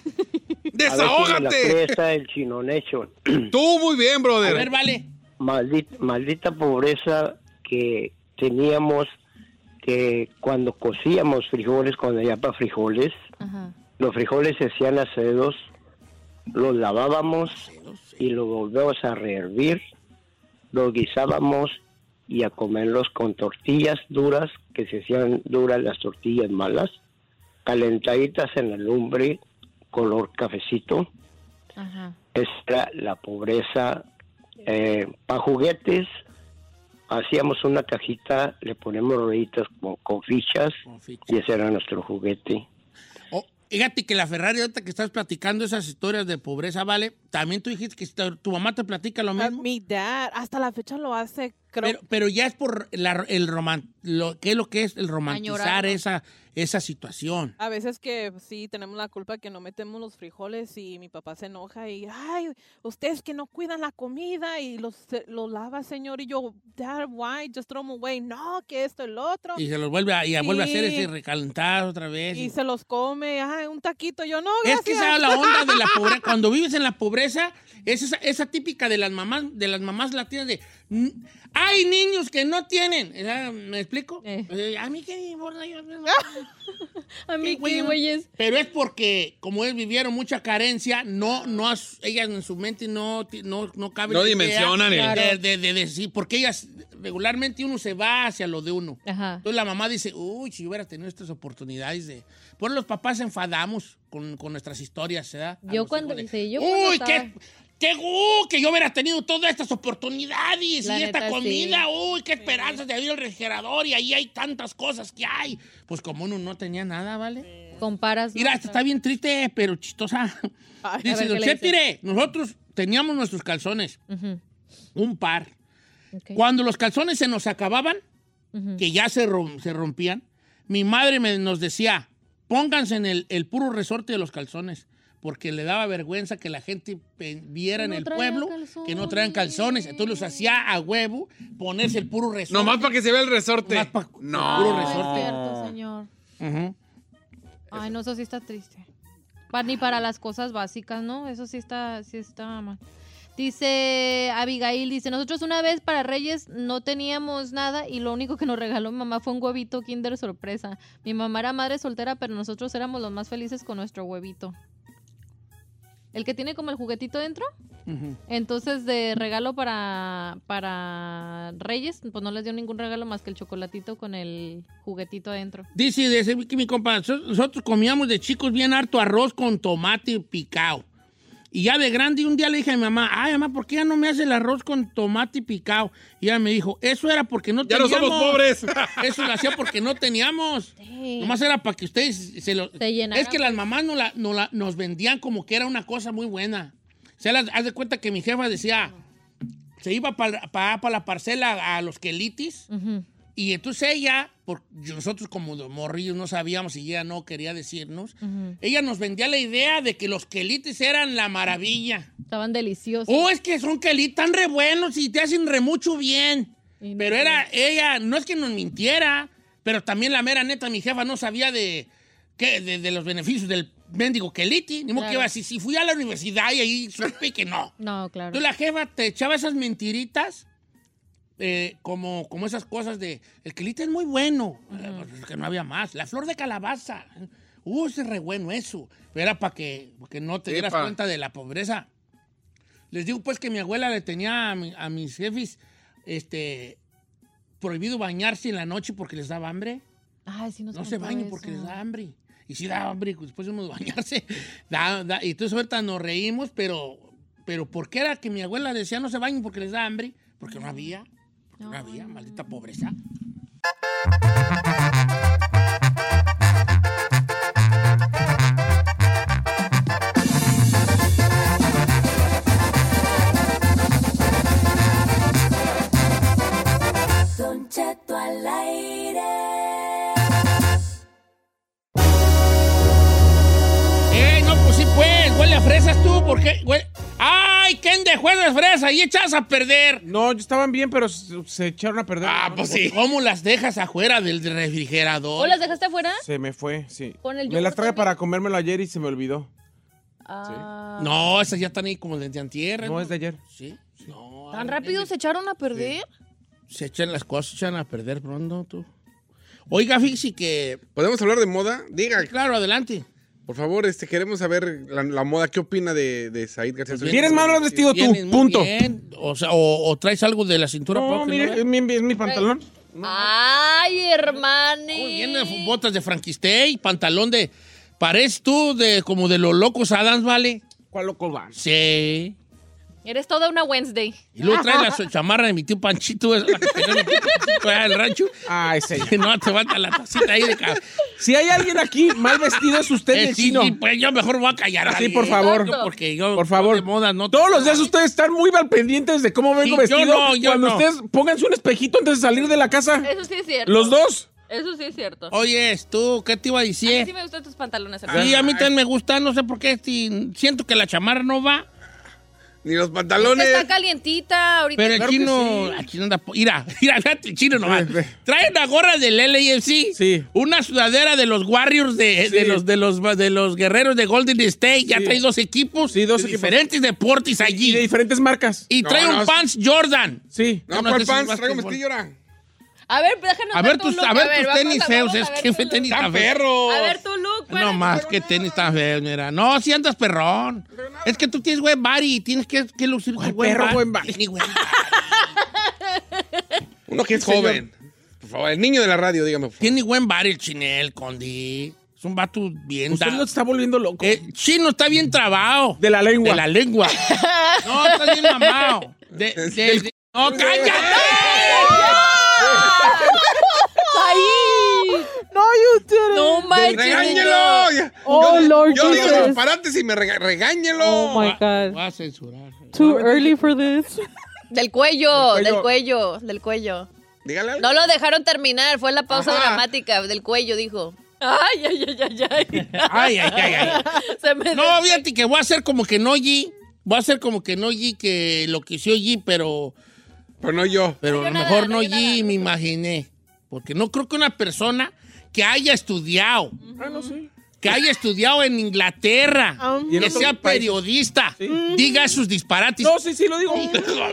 ¡Desahógate! Está el Chino Nation. Tú muy bien, brother. A ver, vale. Maldita, maldita pobreza que teníamos, que cuando cocíamos frijoles, cuando había para frijoles, Ajá. los frijoles se hacían acedos, los lavábamos y los volvíamos a rehervir, los guisábamos y a comerlos con tortillas duras, que se hacían duras las tortillas malas, calentaditas en la lumbre, color cafecito. Ajá. Esa era la pobreza. Eh, para juguetes, hacíamos una cajita, le ponemos rueditas con, con fichas, Con fichas. y ese era nuestro juguete. Oh, fíjate que la Ferrari, ahorita que estás platicando esas historias de pobreza, ¿vale? También tú dijiste que tu, tu mamá te platica lo Uh, mismo. mi dad, hasta la fecha lo hace, creo. Pero, pero ya es por la- el roman, lo, ¿qué es lo que es el romantizar Añorarlo. esa, esa situación? A veces que sí tenemos la culpa que no metemos los frijoles y mi papá se enoja y, ay, ustedes que no cuidan la comida y los, se- los lava, señor. Y yo, Dad, why? Just throw them away. No, que esto, el otro. Y se los vuelve a, y Sí. vuelve a hacer ese recalentar otra vez. Y se los come, ay, un taquito. Yo, no, Es gracias. que esa es la onda de la pobreza. Cuando vives en la pobreza, es esa, esa típica de las mamás, de las mamás latinas de "Mm, hay niños que no tienen. Esa, ¿me explico? Eh. Eh, A mí qué me importa, yo- A mí güey, qué, no. güeyes. Pero es porque, como ellos vivieron mucha carencia, no, no, as- ellas en su mente no, ti- no, no cabe No la idea dimensionan el- de, de, de decir, porque ellas regularmente uno se va hacia lo de uno. Ajá. Entonces la mamá dice, uy, si yo hubiera tenido estas oportunidades de... Por los papás enfadamos con, con nuestras historias, ¿verdad? A Yo los cuando- hijos de, sí, yo cuando uy, estaba- qué... ¡Qué gu! Que yo hubiera tenido todas estas oportunidades La y esta neta, comida. sí. ¡Uy, qué esperanzas de abrir el refrigerador! Y ahí hay tantas cosas que hay. Pues como uno no tenía nada, ¿vale? Comparas. ¿no? Mira, esta está bien triste, pero chistosa. Ay, Dice, a ver, don ¿qué le Cheto, mire, nosotros teníamos nuestros calzones, Ujú. un par. Ok. Cuando los calzones se nos acababan, Ujú. que ya se, rom- se rompían, mi madre me, nos decía, pónganse en el, el puro resorte de los calzones, porque le daba vergüenza que la gente pe- viera en No el traía pueblo que no traían calzones. Entonces los hacía a huevo ponerse el puro resorte. Nomás para que se vea el resorte. Nomás pa- no. puro No es resorte. cierto, señor. Ujú. Ay, no, eso sí está triste. Pa- ni para las cosas básicas, ¿no? Eso sí está, sí está mal. Dice Abigail, dice, nosotros una vez para Reyes no teníamos nada y lo único que nos regaló mi mamá fue un huevito Kinder sorpresa. Mi mamá era madre soltera, pero nosotros éramos los más felices con nuestro huevito. El que tiene como el juguetito dentro. Ujú. Entonces, de regalo para, para Reyes, pues no les dio ningún regalo más que el chocolatito con el juguetito adentro. Dice, dice que mi compa, so- nosotros comíamos de chicos bien harto arroz con tomate picado. Y ya de grande un día le dije a mi mamá, ay, mamá, ¿por qué ya no me hace el arroz con tomate picado? Y ella me dijo, eso era porque no Ya no teníamos. somos pobres. Eso lo hacía porque no teníamos. Sí. Nomás era para que ustedes se lo... Se llenaran, Es que las mamás no la, no la- nos vendían como que era una cosa muy buena. O sea, las- haz de cuenta que mi jefa decía, se iba para pa, pa la parcela a los quelitis. Ujú. Y entonces ella, por, nosotros como de morrillos no sabíamos y ella no quería decirnos, Ujú. ella nos vendía la idea de que los quelites eran la maravilla. Estaban deliciosos. Oh, es que son quelites tan re buenos y te hacen re mucho bien. Y no Pero sé. era ella, no es que nos mintiera, pero también la mera neta, mi jefa no sabía de, ¿qué? de, de los beneficios del, mendigo quelite, ni modo Claro. que iba así. Si fui a la universidad y ahí supe que no. No, claro. Entonces la jefa te echaba esas mentiritas, eh, como, como esas cosas de, el quelite es muy bueno, eh, pues, que no había más. La flor de calabaza, uh, ese es re bueno eso. Pero era para que, pa' que no te dieras Epa. cuenta de la pobreza. Les digo pues que mi abuela le tenía a, mi- a mis jefes, este, prohibido bañarse en la noche porque les daba hambre. Ay, sí nos No se contó bañen eso. porque les da hambre. Y si da hambre, después de uno bañarse. Da, da- y entonces ahorita nos reímos, pero, pero ¿por qué era que mi abuela decía no se bañen porque les da hambre? Porque no había. Porque no había, maldita pobreza. Don Cheto al aire. ¡Eh, no, pues sí, pues! Huele a fresas tú, ¿por qué? Huele- ¡Ay, quién dejó esas fresas! ¡Y echas a perder! No, estaban bien, pero se, se echaron a perder. Ah, pues sí. ¿Cómo las dejas afuera del refrigerador? ¿O las dejaste afuera? Se me fue, sí. Con el Me las yogur traje también. para comérmelo ayer y se me olvidó. Ah. No, esas ya están ahí como desde antier. No, es de ayer. Sí. No, ¿Tan rápido se echaron a perder? se echan las cosas, se echan a perder pronto, tú. Oiga, fíjese que... ¿Podemos hablar de moda? Diga, Claro, adelante. por favor, este, queremos saber la, la moda. ¿Qué opina de, de Said García? Solís? ¿Tienes mal vestido tú? Vienes muy Punto. bien. O, sea, o, o traes algo de la cintura. No, para que mire, no es vea. mi, es mi pantalón. Ay, hermane. Muy bien, de botas de Frankenstein, pantalón de... Pareces tú de como de los locos Adams, ¿vale? ¿Cuál loco va? Sí. Eres toda una Wednesday. Y luego trae la su- chamarra de mi tío Panchito, esa, la que tenía mi tío Panchito allá en el rancho. Ay, señor. Que no te falta la tacita ahí de ca- Si hay alguien aquí mal vestido es usted, Eh, el sí, chino. sí, pues yo mejor voy a callar. Así, ahí. por favor. Yo Porque yo, Por favor. yo de moda no. Todos los días ustedes están muy mal pendientes de cómo vengo Sí, yo vestido. no, yo Cuando no. ustedes pónganse un espejito antes de salir de la casa. Eso sí es cierto. Los dos. Eso sí es cierto. Oye, tú, ¿qué te iba a A mí decir? sí me gustan tus pantalones, hermano. Sí, a mí también me gusta, no sé por qué, si- siento que la chamarra no va, Ni los Es que pantalones. está calientita ahorita. pero el Claro que chino, sí. el chino anda, po- mira, mira, fíjate, el chino nomás. Ve, ve. Trae una gorra del L A F C, Sí. una sudadera de los Warriors, de, de Sí. los, de, los, de los guerreros de Golden State, ya Sí. trae dos equipos Sí, dos de equipos. diferentes deportes Y de allí. diferentes marcas. Y No, trae no, un es- pants Jordan. Sí. No, No, no, ¿cuál este es pants? un Traigo básquetbol. vestido ahora. A ver, déjanos A ver tus, look. a ver ver, tus tenis vamos a- feos, vamos a es ver que tu fue look. tenis ¡Tan tan feo. perro! A ver tu look. No espérame. más, que tenis tan feo, mira. No, si andas perrón. Es que tú tienes buen body y tienes que, que lucir tu ¿Cuál buen perro, body. buen body? Ni buen Uno que es joven. Por favor, el niño de la radio, dígame. por favor. Tiene buen bar el Chinel, Condi. Es un vato bien Usted dado. lo está volviendo loco. Eh, Chino está bien trabado. De la lengua. De la lengua. No, está bien mamado. De, de- de- no, cállate. ¡Ahí! No, you didn't. No manches. ¡Regáñelo! Ya- Oh, yo, Lord yo digo Jesus. disparates y me rega- regáñelo. Oh my God. Voy a censurar. Too early for this. Del cuello, Del del cuello. cuello, del cuello. Dígale algo. No lo dejaron terminar, fue la pausa Ajá. dramática del cuello, dijo. Ay, ay, ay, ay, ay. Ay, ay, ay, ay. Se me No, fíjate que voy a hacer como que no oí. Voy a hacer como que no oí que lo que sí oí, pero, Pero no yo. pero No a lo oyó nada, mejor no no oyó oí y nada. me imaginé. Porque no creo que una persona que haya estudiado, Ah, no sé. que haya estudiado en Inglaterra, Um, Y en que otros sea países. periodista, Sí. diga sus disparates. No, sí, sí, lo digo.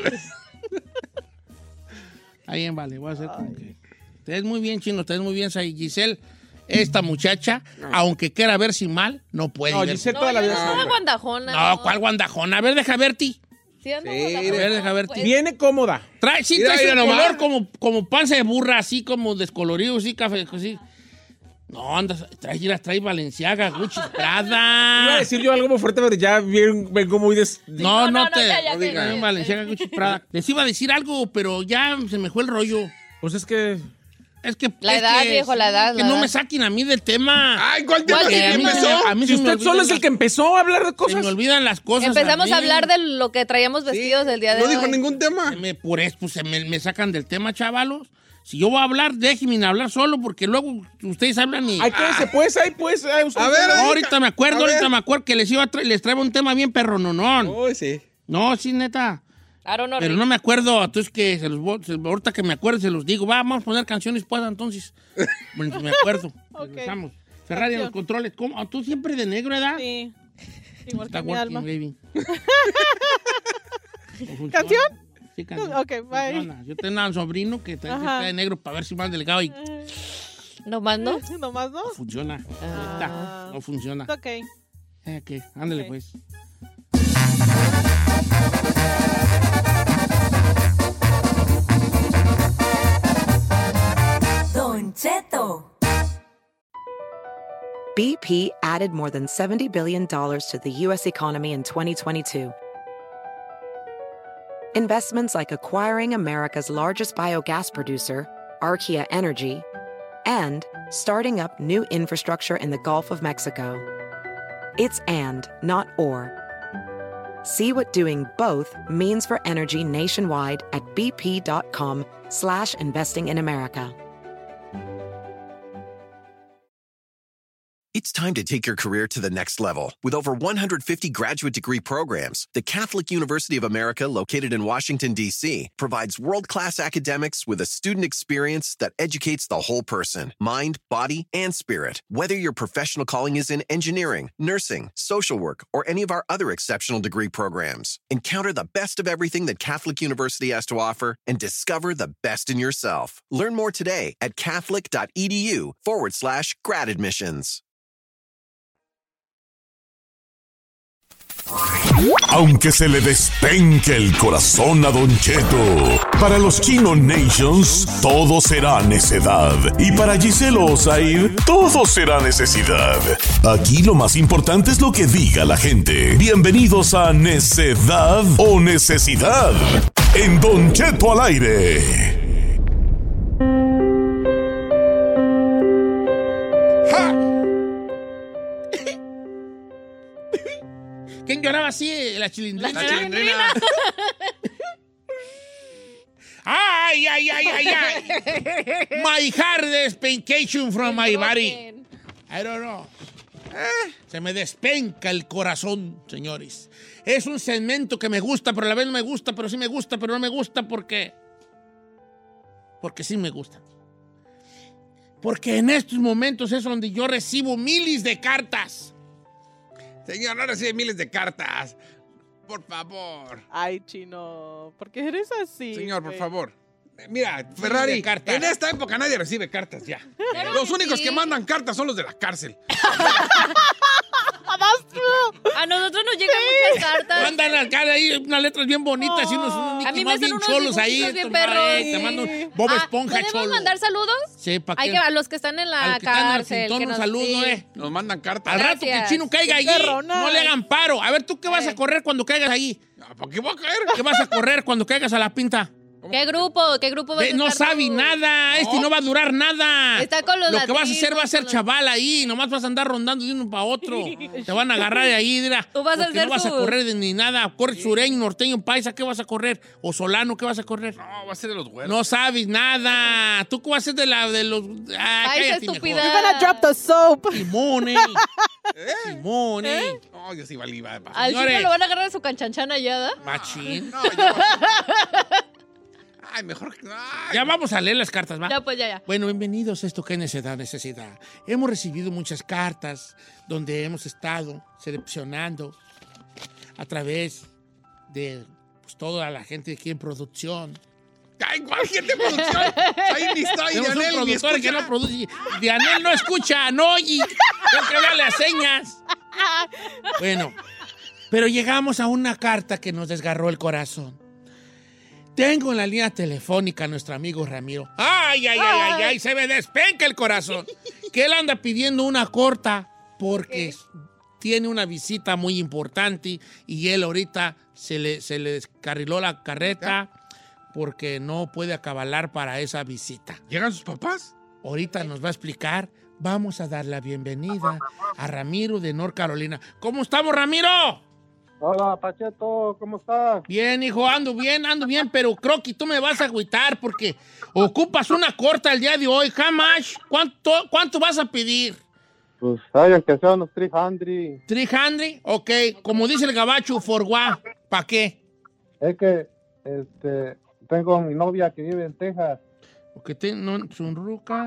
Está bien, vale, voy a hacer como que... Ustedes muy bien, Chino, ustedes muy bien, Say. Giselle, esta muchacha, aunque quiera verse mal, no puede No, ver. Giselle No, toda la yo vida. no se soy anda. guandajona. No, ¿cuál guandajona? A ver, deja verte. Sí, ando Sí, guandajona. A ver, deja verte. Viene cómoda. Trae, sí, Mira, trae mira un nomás. color como, como panza de burra, así como descolorido, así, café, así. No, andas, trae, mira, trae Valenciaga, Gucci, Iba a Prada. decir yo algo muy fuerte, pero ya bien, vengo muy des... No, no, No, no, no, te... ya, ya, no que- digas, que- Valenciaga, Gucci, Prada. Les iba a decir algo, pero ya se me fue el rollo. Pues es que... Es que... La es edad, que- viejo, la edad, Que la no edad. me saquen a mí del tema. Ay, ¿cuál tema? ¿Cuál ¿Quién Que a mí se empezó? me- a mí Si se me usted solo olvidan es el las- que empezó a hablar de Se cosas. me olvidan las cosas. Empezamos mí. a hablar de lo que traíamos vestidos el día de No hoy. dijo ningún tema. Se me, por eso pues, se me, me sacan del tema, chavalos. Si yo voy a hablar, déjenme hablar solo, porque luego ustedes hablan y... Ay, quédese pues, ahí pues. Ay, usted A ver, solo. No, ahí. ahorita me acuerdo, A ver. ahorita me acuerdo que les iba a tra- les traigo un tema bien perrononón. Uy, sí. No, sí, neta. I don't know, Pero Rick. no me acuerdo, entonces que se los voy- se- ahorita que me acuerdo se los digo. Va, vamos a poner canciones, pues, entonces. Bueno, me acuerdo. Regresamos. Ferrari en los controles. ¿Cómo? ¿Tú siempre de negro, edad? Sí. Igual Está que mi working, alma. baby. ¿Canción? Sí, canción. Ok, bye. Funciona. Yo tengo un sobrino que también Ajá. está de negro para ver si más delgado y ¿Nomás no? ¿Nomás no? no funciona. Ah. No funciona. Ok. Eh, ¿qué? Ándale, Ok. pues. Don Cheto. B P added more than seventy billion dollars to the U S economy in twenty twenty-two. Investments like acquiring America's largest biogas producer, Archaea Energy, and starting up new infrastructure in the Gulf of Mexico. It's and, not or. See what doing both means for energy nationwide at bp.com slash investing in America. It's time to take your career to the next level. With over one hundred fifty graduate degree programs, the Catholic University of America, located in Washington, D C, provides world-class academics with a student experience that educates the whole person, mind, body, and spirit. Whether your professional calling is in engineering, nursing, social work, or any of our other exceptional degree programs, encounter the best of everything that Catholic University has to offer and discover the best in yourself. Learn more today at catholic.edu forward slash grad admissions. Aunque se le despenque el corazón a Don Cheto, para los Chino Nations todo será necedad y para Giselo Osair todo será necesidad. Aquí lo más importante es lo que diga la gente. Bienvenidos a Necedad o Necesidad en Don Cheto al aire. ¿Quién lloraba así? La chilindrina. La chilindrina. Ay, ay, ay, ay, ay. My heart despencation from my body. I don't know. Eh, se me despenca el corazón, señores. Es un segmento que me gusta, pero a la vez no me gusta, pero sí me gusta, pero no me gusta porque... Porque sí me gusta. Porque en estos momentos es donde yo recibo miles de cartas. Señor, no recibe miles de cartas. Por favor. Ay, Chino, ¿por qué eres así? Señor, por güey? favor. Mira, Ferrari, en esta época nadie recibe cartas ya. Claro Los que únicos sí. que mandan cartas son los de la cárcel. A nosotros nos llegan muchas cartas. Mandan acá ahí unas letras bien bonitas y unos, unos A mí Mickey me Mouse hacen bien unos cholos ahí. dibujitos bien estos, perros. eh, Te mando un Bob Ah, Esponja ¿podemos cholo. mandar saludos? Sí, ¿para Hay qué? que a los que están en A la los que están en el cárcel. cintón, que un nos- saludo, sí. eh. Nos mandan cartas. Al rato que el Gracias. chino caiga Qué allí, perrona. no le hagan paro. A ver, ¿tú qué vas a correr cuando caigas allí? ¿Para qué voy a caer? ¿Qué vas a correr cuando caigas a la pinta? ¿Qué grupo? ¿Qué grupo vas a Ve, no estar sabe tú? nada, este no va a durar nada. Está con los Lo que vas a hacer latinos, va a ser con los- chaval ahí, nomás vas a andar rondando de uno para otro. Te van a agarrar de ahí, mira. Tú vas a porque hacer no vas a su- correr de ni nada. Corre sureño, norteño, paisa, ¿qué vas a correr? O solano, ¿qué vas a correr? No, va a ser de los güeros. No sabes nada. ¿Tú qué vas a hacer de, la, de los... Ah, Ay, esa cállate estúpida. mejor. You're gonna drop the soap. Simone. Simone. No, yo sí valí. va, va. Al chico Señores. lo van a agarrar de su canchanchana ya, ¿da? Machín. No, yo voy a- Ay, mejor que... Ay, Ya vamos a leer las cartas, ¿va? Ya, pues ya, ya. Bueno, bienvenidos a esto que necesidad, necesidad. Hemos recibido muchas cartas donde hemos estado seleccionando a través de pues, toda la gente aquí en producción. Ay, ¿cuál gente de producción? Ahí ni está, y Tenemos un Dianel ni productor que escucha. no produce. Dianel no escucha, no oye. Tengo que darle a señas. Bueno, pero llegamos a una carta que nos desgarró el corazón. Tengo en la línea telefónica a nuestro amigo Ramiro. ¡Ay, ay, ay, ay, ay! Se me despenca el corazón. Que él anda pidiendo una corta porque tiene una visita muy importante y él ahorita se le, se le descarriló la carreta porque no puede acabalar para esa visita. ¿Llegan sus papás? Ahorita nos va a explicar. Vamos a dar la bienvenida a Ramiro de North Carolina. ¿Cómo estamos, Ramiro? Hola, Pacheto, ¿cómo estás? Bien, hijo, ando bien, ando bien, pero creo que tú me vas a agüitar porque ocupas una corta el día de hoy. Jamás. ¿Cuánto, cuánto vas a pedir? Pues, ay, aunque sea unos trescientos. ¿trescientos? Ok, como dice el gabacho, for what? ¿Para qué? Es que, este, tengo mi novia que vive en Texas. Porque te, no, son ruca.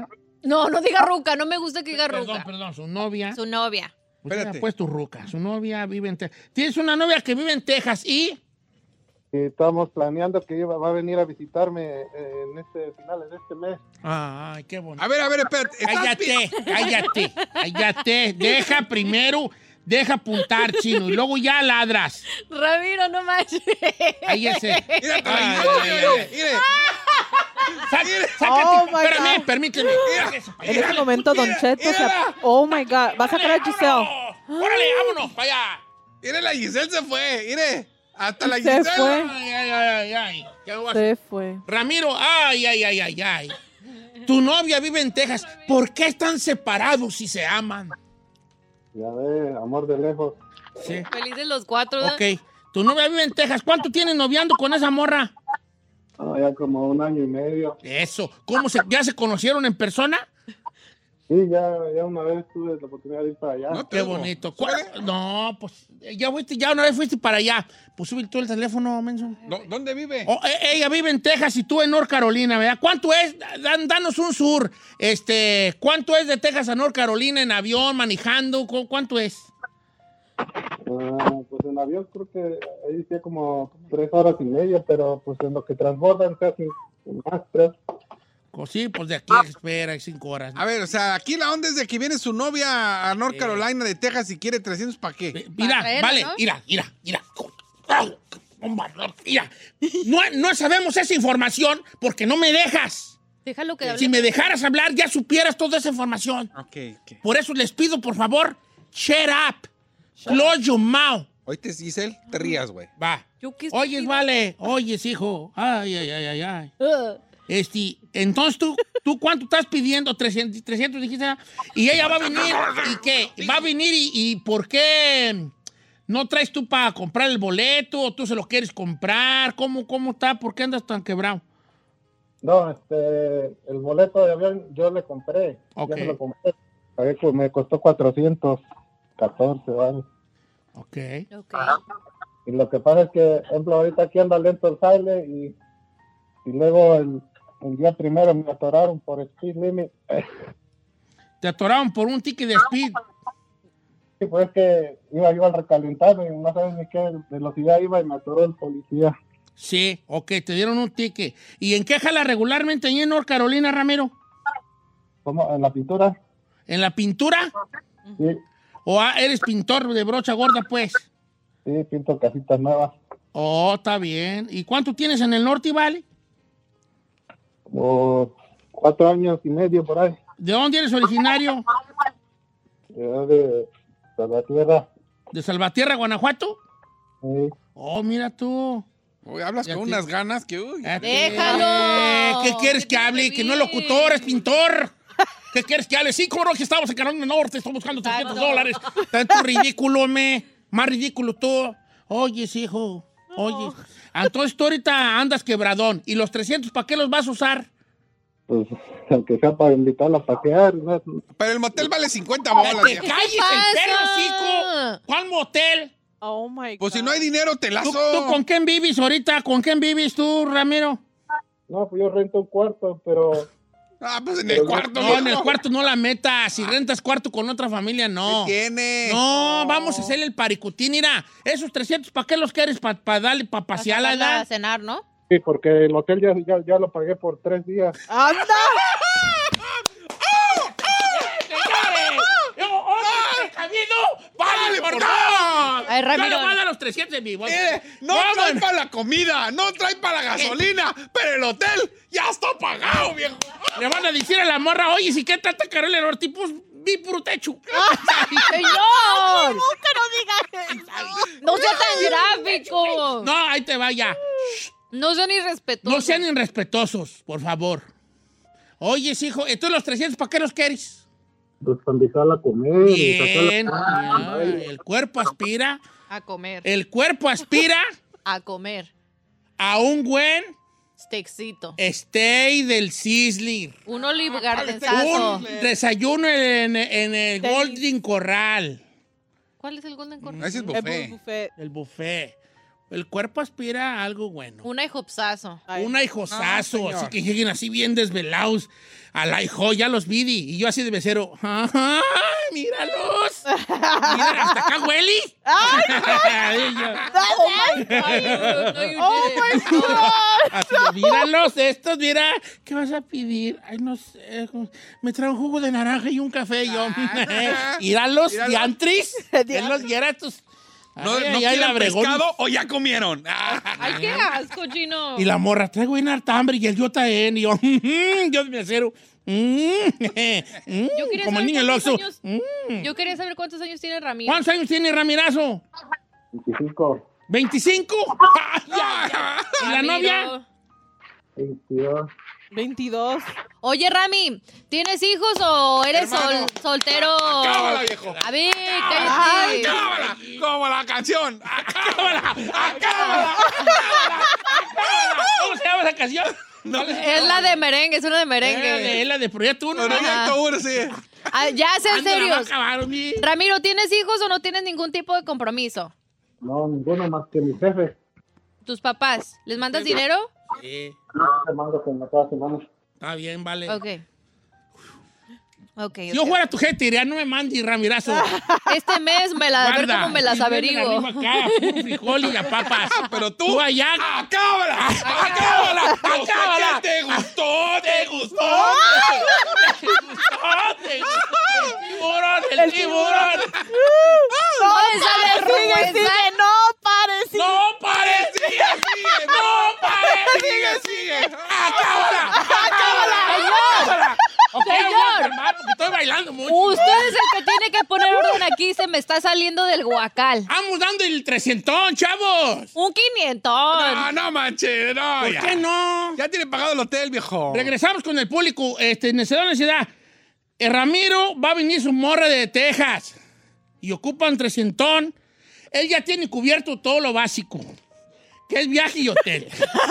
No, no diga ruca, no me gusta que diga Perdón, ruca. perdón, su novia. Su novia. Usted Espérate. ha puesto ruca. Su novia vive en Texas. Tienes una novia que vive en Texas y... Y estamos planeando que iba, va a venir a visitarme en este finales de este mes. Ay, qué bonito. A ver, a ver, espérate. ¿estás Cállate, cállate, cállate. Deja primero, deja apuntar, chino, y luego ya ladras. Ramiro, no manches. Cállese. Mira, te la Ay, hizo, ay, mire, ay. mire. Sá- Sácate, Oh, my espérame, God. permíteme. En ese momento, Don Cheto se... mira. Oh, my God. Va a sacar a Giselle. Órale, vámonos, para allá. Mire, la Giselle se fue. Mire, hasta la Se Giselle. fue. Ay, ay, ay, ay, ay. ¿Qué voy a hacer? Se fue. Ramiro, ay, ay, ay, ay, ay. Tu novia vive en Texas. ¿Por qué están separados si se aman? Ya ve, amor de lejos. Sí. Felices los cuatro, ¿verdad? Ok. Tu novia vive en Texas. ¿Cuánto tienes noviando con esa morra? Ah, ya como un año y medio. Eso. ¿Cómo se, ya se conocieron en persona? Sí, ya, ya una vez tuve la oportunidad de ir para allá. No te Qué oigo. bonito. ¿Cuál- No, pues ya fuiste, ya una vez fuiste para allá. Pues sube tú el teléfono, menso. No, ¿dónde vive? Oh, e- ella vive en Texas y tú en North Carolina, ¿verdad? ¿Cuánto es? Dan- danos un sur. Este, ¿cuánto es de Texas a North Carolina en avión, manejando? ¿Cu- ¿Cuánto es? Ah, pues en avión creo que ahí decía como tres horas y media, pero pues en lo que transbordan casi más tres. Pues sí, pues de aquí espera cinco horas. ¿no? A ver, o sea, aquí la onda es de que viene su novia a North Carolina de Texas y quiere trescientos, ¿para qué? Mira, traerla, vale, ¿no? mira, mira, mira. Mira, no, no sabemos esa información porque no me dejas. Déjalo que hable. Si me dejaras hablar, ya supieras toda esa información. Ok, ok. Por eso les pido, por favor, shut up. Close your mouth. Oíste, Giselle, te rías, güey. Va. Yo qué Oyes, estúpido. vale. Oyes, hijo. Ay, ay, ay, ay, ay. Ugh. Este, entonces tú, ¿tú cuánto estás pidiendo? trescientos, trescientos dijiste. ¿verdad? Y ella va a venir. ¿Y qué? Va a venir y, y ¿por qué no traes tú para comprar el boleto o tú se lo quieres comprar? ¿Cómo, cómo está? ¿Por qué andas tan quebrado? No, este, el boleto de avión yo le compré. Ok. Ya se lo compré. Pagué, pues, me costó cuatrocientos catorce, ¿vale? Ok. Ok. Y lo que pasa es que, por ejemplo, ahorita aquí anda lento el baile y, y luego el, el día primero me atoraron por speed limit. Te atoraron por un ticket de speed. Sí, pues es que iba yo al recalentado y no sabes ni qué velocidad iba y me atoró el policía. Sí, ok, te dieron un ticket. ¿Y en qué jala regularmente ahí en North Carolina, Ramiro? ¿Cómo? ¿En la pintura? ¿En la pintura? Sí, ¿O ah, eres pintor de brocha gorda, pues? sí, pinto casitas nuevas. Oh, está bien. ¿Y cuánto tienes en el norte, vale? Como cuatro años y medio por ahí. ¿De dónde eres originario? Yo de Salvatierra. ¿De Salvatierra, Guanajuato? Sí. Oh, mira tú. Uy, hablas Ya con te- unas ganas que, uy. Eh, ¡Déjalo! ¿Qué quieres ¿Qué que tiene hable? que Que no es ver? locutor, es pintor. ¿Qué quieres que hable? Sí, cómo no, que estamos en Carolina del Norte, estamos buscando trescientos Exacto. dólares. Tanto ridículo, me. Más ridículo tú. Oyes, hijo. Oyes. Entonces tú ahorita andas quebradón. ¿Y los trescientos para qué los vas a usar? Pues, aunque sea para invitarla a pasear, ¿no? Pero el motel vale cincuenta bolas. ¡Que viejo. calles pasa? el perro, hocico! ¿Cuál motel? Oh, my God. Pues si no hay dinero, te ¿Tú, lazo. tú con quién vives ahorita? ¿Con quién vives tú, Ramiro? No, pues yo rento un cuarto, pero Ah, pues en el cuarto. No, en el viejo. cuarto no la metas. Si rentas cuarto con otra familia, no. ¿Qué tiene? No, vamos a hacerle el paricutín. Mira, esos trescientos, ¿para qué los quieres? ¿Para darle, para pasear la Sacarla a edad? cenar, ¿no? sí, porque el hotel ya, ya, ya lo pagué por tres días. ¡Anda! ¡Vale, por por favor! Ay, Yo Ramiro. le voy a dar los trescientos de mi bolsa. Eh, no Vamos. trae para la comida, no trae para la gasolina, pero el hotel ya está pagado, viejo. Le van a decir a la morra, oye, si qué trata Carolina del Norte, pues vi puro techo. ¡Señor! ¡Nunca no digas eso! ¡No sea tan gráfico! No, ahí te va ya. No sean irrespetuosos. No sean irrespetuosos, por favor. Oye, hijo, entonces los trescientos, ¿para qué los quieres? Pues para invitarla a comer. y Bien, sacarla- bien. El cuerpo aspira, A comer. el cuerpo aspira A comer. a un buen Steakcito. stay del Sizzler. Un Olive Gardenzazo. Un desayuno en, en el Steak. Golden Corral. ¿Cuál es el Golden Corral? Ese es El buffet. buffet. El buffet. El cuerpo aspira a algo bueno. Un hijosazo. Un hijosazo, así que lleguen así bien desvelados al hijo, ya los vi, y yo así de mesero. ¡Ay, míralos! Mira, hasta acá huele. ¡Ay, Oh my God. No, you ¡Oh, didn't. my God! Así, míralos, estos, mira. ¿Qué vas a pedir? Ay, no sé. Me trae un jugo de naranja y un café. Y yo, míralos, diantris. Él los diera estos. ¿No, Ay, ¿no ay, ay, quieren la Obregón. pescado o ya comieron? Ay, qué asco, Chino. Y la morra, traigo bien harta hambre, y el yo también. Y yo, yo de mesero. Yo quería Como saber el niño del cuántos Oxxo. años- Yo quería saber cuántos años tiene Ramiro. ¿Cuántos años tiene Ramirazo? veinticinco. ¿veinticinco? Ay, ay, ay. ¿Y la novia? veintidós. veintidós. Oye, Rami, ¿tienes hijos o eres sol- soltero? Acábala, viejo. A ver, ¡Ay, cállate. acábala! Como la canción. ¡Acábala! ¡Acábala! ¿Cómo se llama esa canción? Es la de merengue, es una de merengue. Es la de Proyecto uno. Proyecto uno, sí. Ah, ya, sean Ándala, va a serios. acabar, mi. Ramiro, ¿tienes hijos o no tienes ningún tipo de compromiso? No, ninguno más que mi jefe. ¿Tus papás? ¿Les mandas dinero? Sí, No, te mando como todas semanas. está bien, vale. Ok. Ok, Si ok. yo fuera tu gente, diría, no me mandes, Ramirazo. Este mes me la, a ver Guarda. cómo me las Y ven averiguo. arriba acá, puro frijol y las papas. Pero tú, Tú allá. ¡acábala! ¡Acábala! ¡Acábala! ¿Te gustó? ¿Te gustó? ¡Te gustó! ¡El tiburón! ¡El tiburón! No le sale Sigue, vergüenza. sigue, no pares. sigue. ¡No pares! ¡Sigue, sigue! ¡No pares! ¡Sigue, sigue! ¡Acábala! ¡Acábala! Señor. Ok, Señor. voy a calmar porque estoy bailando mucho. Usted es el que tiene que poner orden aquí. Se me está saliendo del guacal. Vamos dando el trescientón, chavos. Un quinientón. No, no manches, no. ¿Por ya. qué no? Ya tiene pagado el hotel, viejo. Regresamos con el público. Este, necesidad, necesidad. El Ramiro va a venir su morra de Texas y ocupan trescientón. Él ya tiene cubierto todo lo básico, que es viaje y hotel.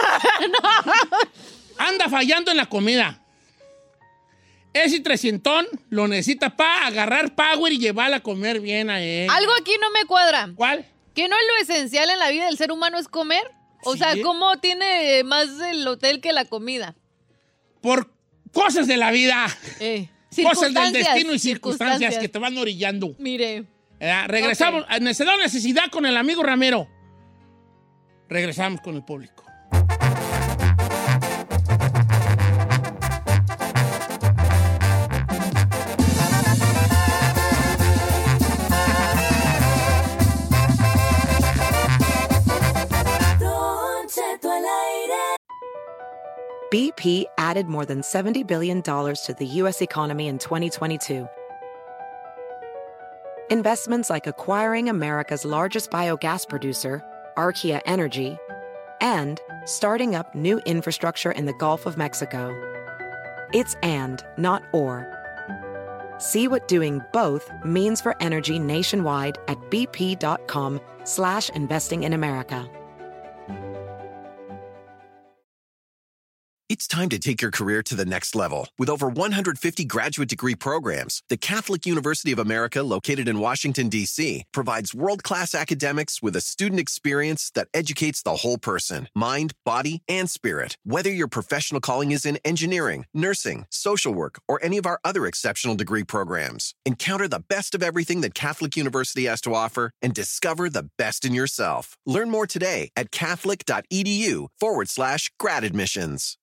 Anda fallando en la comida. Ese trescientón lo necesita para agarrar power y llevarla a comer bien a él. Algo aquí no me cuadra. ¿Cuál? ¿Que no es lo esencial en la vida del ser humano es comer? O Sí. sea, ¿cómo tiene más el hotel que la comida? Por cosas de la vida. Eh, Cosas del circunstancias, destino y circunstancias que te van orillando. Mire. Eh, regresamos. Ok. Necesidad o necesidad con el amigo Ramiro. Regresamos con el público. Don Cheto al aire. B P added more than seventy billion dollars to the U S economy in twenty twenty-two. Investments like acquiring America's largest biogas producer, Archaea Energy, and starting up new infrastructure in the Gulf of Mexico. It's and, not or. See what doing both means for energy nationwide at bp.com slash investing in America. It's time to take your career to the next level. With over one hundred fifty graduate degree programs, the Catholic University of America, located in Washington, D C, provides world-class academics with a student experience that educates the whole person, mind, body, and spirit. Whether your professional calling is in engineering, nursing, social work, or any of our other exceptional degree programs, encounter the best of everything that Catholic University has to offer and discover the best in yourself. Learn more today at catholic.edu forward slash grad admissions.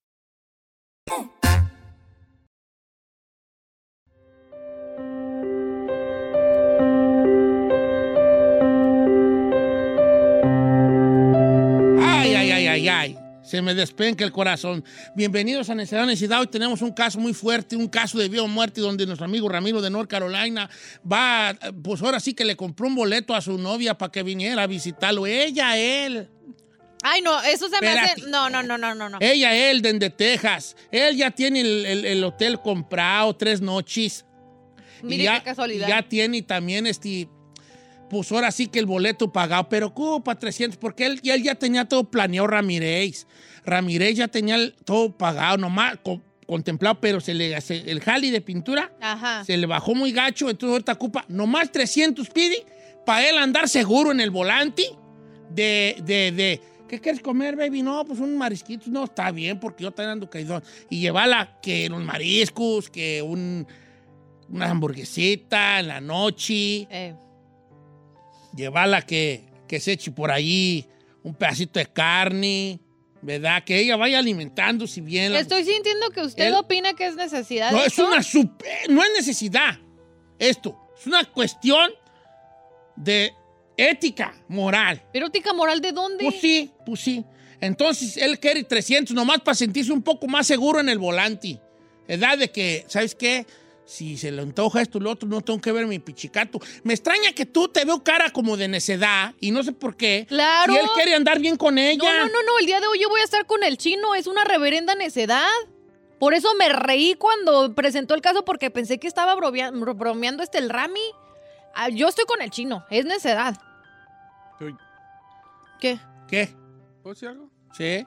Ay, ay, ay, ay, ay. Se me despenca el corazón. Bienvenidos a Necesidad o Necesidad. Hoy tenemos un caso muy fuerte, un caso de vida o muerte, donde nuestro amigo Ramiro de North Carolina va, pues ahora sí que le compró un boleto a su novia para que viniera a visitarlo. Ella, él. Ay, no, eso se me Espérate. hace... No, no, no, no, no. no. Ella, él, desde Texas. Él ya tiene el, el- el hotel comprado, tres noches. Mire Y ya, qué casualidad. y ya tiene también este... Pues ahora sí que el boleto pagado, pero ocupa trescientos, porque él, y él ya tenía todo planeado, Ramírez. Ramírez ya tenía el- todo pagado, nomás co- contemplado, pero se le se- el jali de pintura Ajá. se le bajó muy gacho, entonces ahorita ocupa nomás trescientos pide para él andar seguro en el volante, de, de, de, ¿qué quieres comer, baby? No, pues un marisquito. No, está bien, porque yo también ando caidón. Y llevarla que unos mariscos, que un, una hamburguesita en la noche. Eh. Llevarla que, que se eche por ahí un pedacito de carne, ¿verdad? Que ella vaya alimentándose bien. Estoy sintiendo que usted Él- opina que es necesidad. No, de es eso. una super- no es necesidad esto. Es una cuestión de ética moral. ¿Pero ética moral de dónde? Pues sí, pues sí. Entonces, él quiere trescientos nomás para sentirse un poco más seguro en el volante. ¿Verdad? De que, ¿sabes qué? Si se le antoja esto y lo otro, no tengo que ver mi pichicato. Me extraña que tú te veo cara como de necedad y no sé por qué. Claro. Si él quiere andar bien con ella. No, no, no, no. El día de hoy yo voy a estar con el chino. Es una reverenda necedad. Por eso me reí cuando presentó el caso porque pensé que estaba bromea- bromeando este el Rami. Ah, yo estoy con el chino. Es necedad. Uy. ¿Qué? ¿Qué? ¿Puedo decir algo? ¿Sí?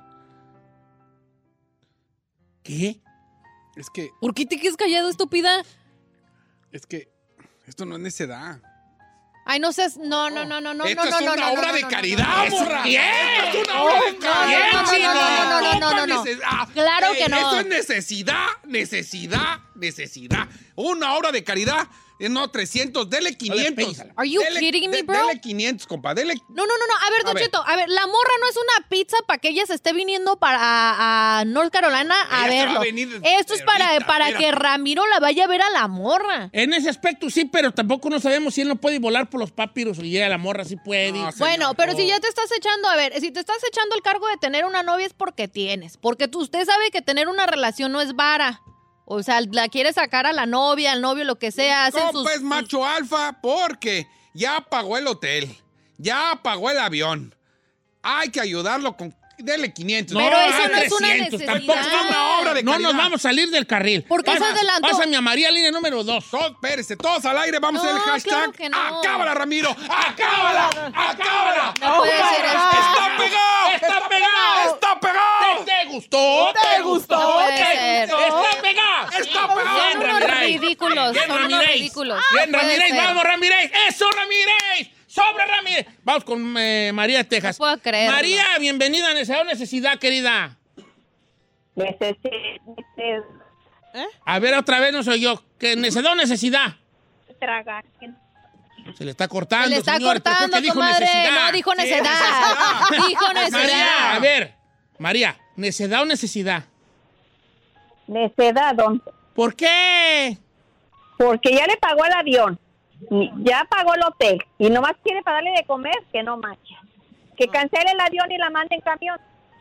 ¿Qué? Es que, ¿Por qué te quedas callado, estúpida? es que esto no es necedad. Ay, no seas... No, no, no, no, no, Esto no, no, es no, una no, obra no, de no, caridad, Eso- morra. bien. Esto es una obra de No, caridad. no, no, no, chino. no, no, no, no, no, no. Topa neces- Claro que Ey, no. Eso es necesidad, necesidad, necesidad. Una obra de caridad. Eh, No, trescientos, dele quinientos. pénsala. Are you Dele- kidding me, de- bro? Dele quinientos, compa, dele. No, no, no, no. A ver, A Don ver. Cheto, a ver, la morra no es una pizza para que ella se esté viniendo para a, a North Carolina a Ella se va a verlo. venir Esto es para, ahorita, para espérate. que Ramiro la vaya a ver a la morra. En ese aspecto sí, pero tampoco no sabemos si él no puede volar por los papiros y ella, la morra sí puede. No, Bueno, pero si ya te estás echando, a ver, si te estás echando el cargo de tener una novia es porque tienes. Porque tú, usted sabe que tener una relación no es vara. O sea, la quiere sacar a la novia, al novio, lo que sea. Hacen Compa sus, es macho alfa porque ya pagó el hotel, ya pagó el avión. Hay que ayudarlo con... Dele quinientos. Pero eso ah, no es una trescientos, necesidad. tampoco es una obra de No caridad. nos No nos vamos a salir del carril. ¿Por qué se Pasa- adelantó? Pásame a María, línea número dos. Todos, espérense, todos al aire, vamos a hacer el No, hashtag. claro que no. ¡Acábala, Ramiro! ¡Acábala! ¡Acábala! No puede ser esto. ¡Está pegado! ¡Está pegado! ¡Está pegado! ¿Te, te gustó? ¿Te gustó? No puede ¿Te ser. gustó? ¡Está pegado! ¡Está Son pegado! unos Ramírez. ridículos, Bien, son unos Ramírez. ridículos. Bien, No puede Ramírez, ser. vamos, Ramírez. ¡Eso, Ramírez! ¡Sobre, Ramírez! Vamos con eh, María de Texas. No puedo creerlo. María, bienvenida a Necesidad o Necesidad, querida. Necesito A ver, otra vez no soy yo. ¿Qué necesidad o necesidad? tragar. Se le está cortando, Se le está señor, pero creo cortando, que dijo comadre. necesidad. No, dijo Sí, necedad. Dijo María, a necedad. ver, María, ¿necesidad o necesidad? Necedad, don. ¿Por qué? Porque ya le pagó el avión, y ya pagó el hotel, y nomás quiere para darle de comer, que no mancha. Que cancele el avión y la mande en camión.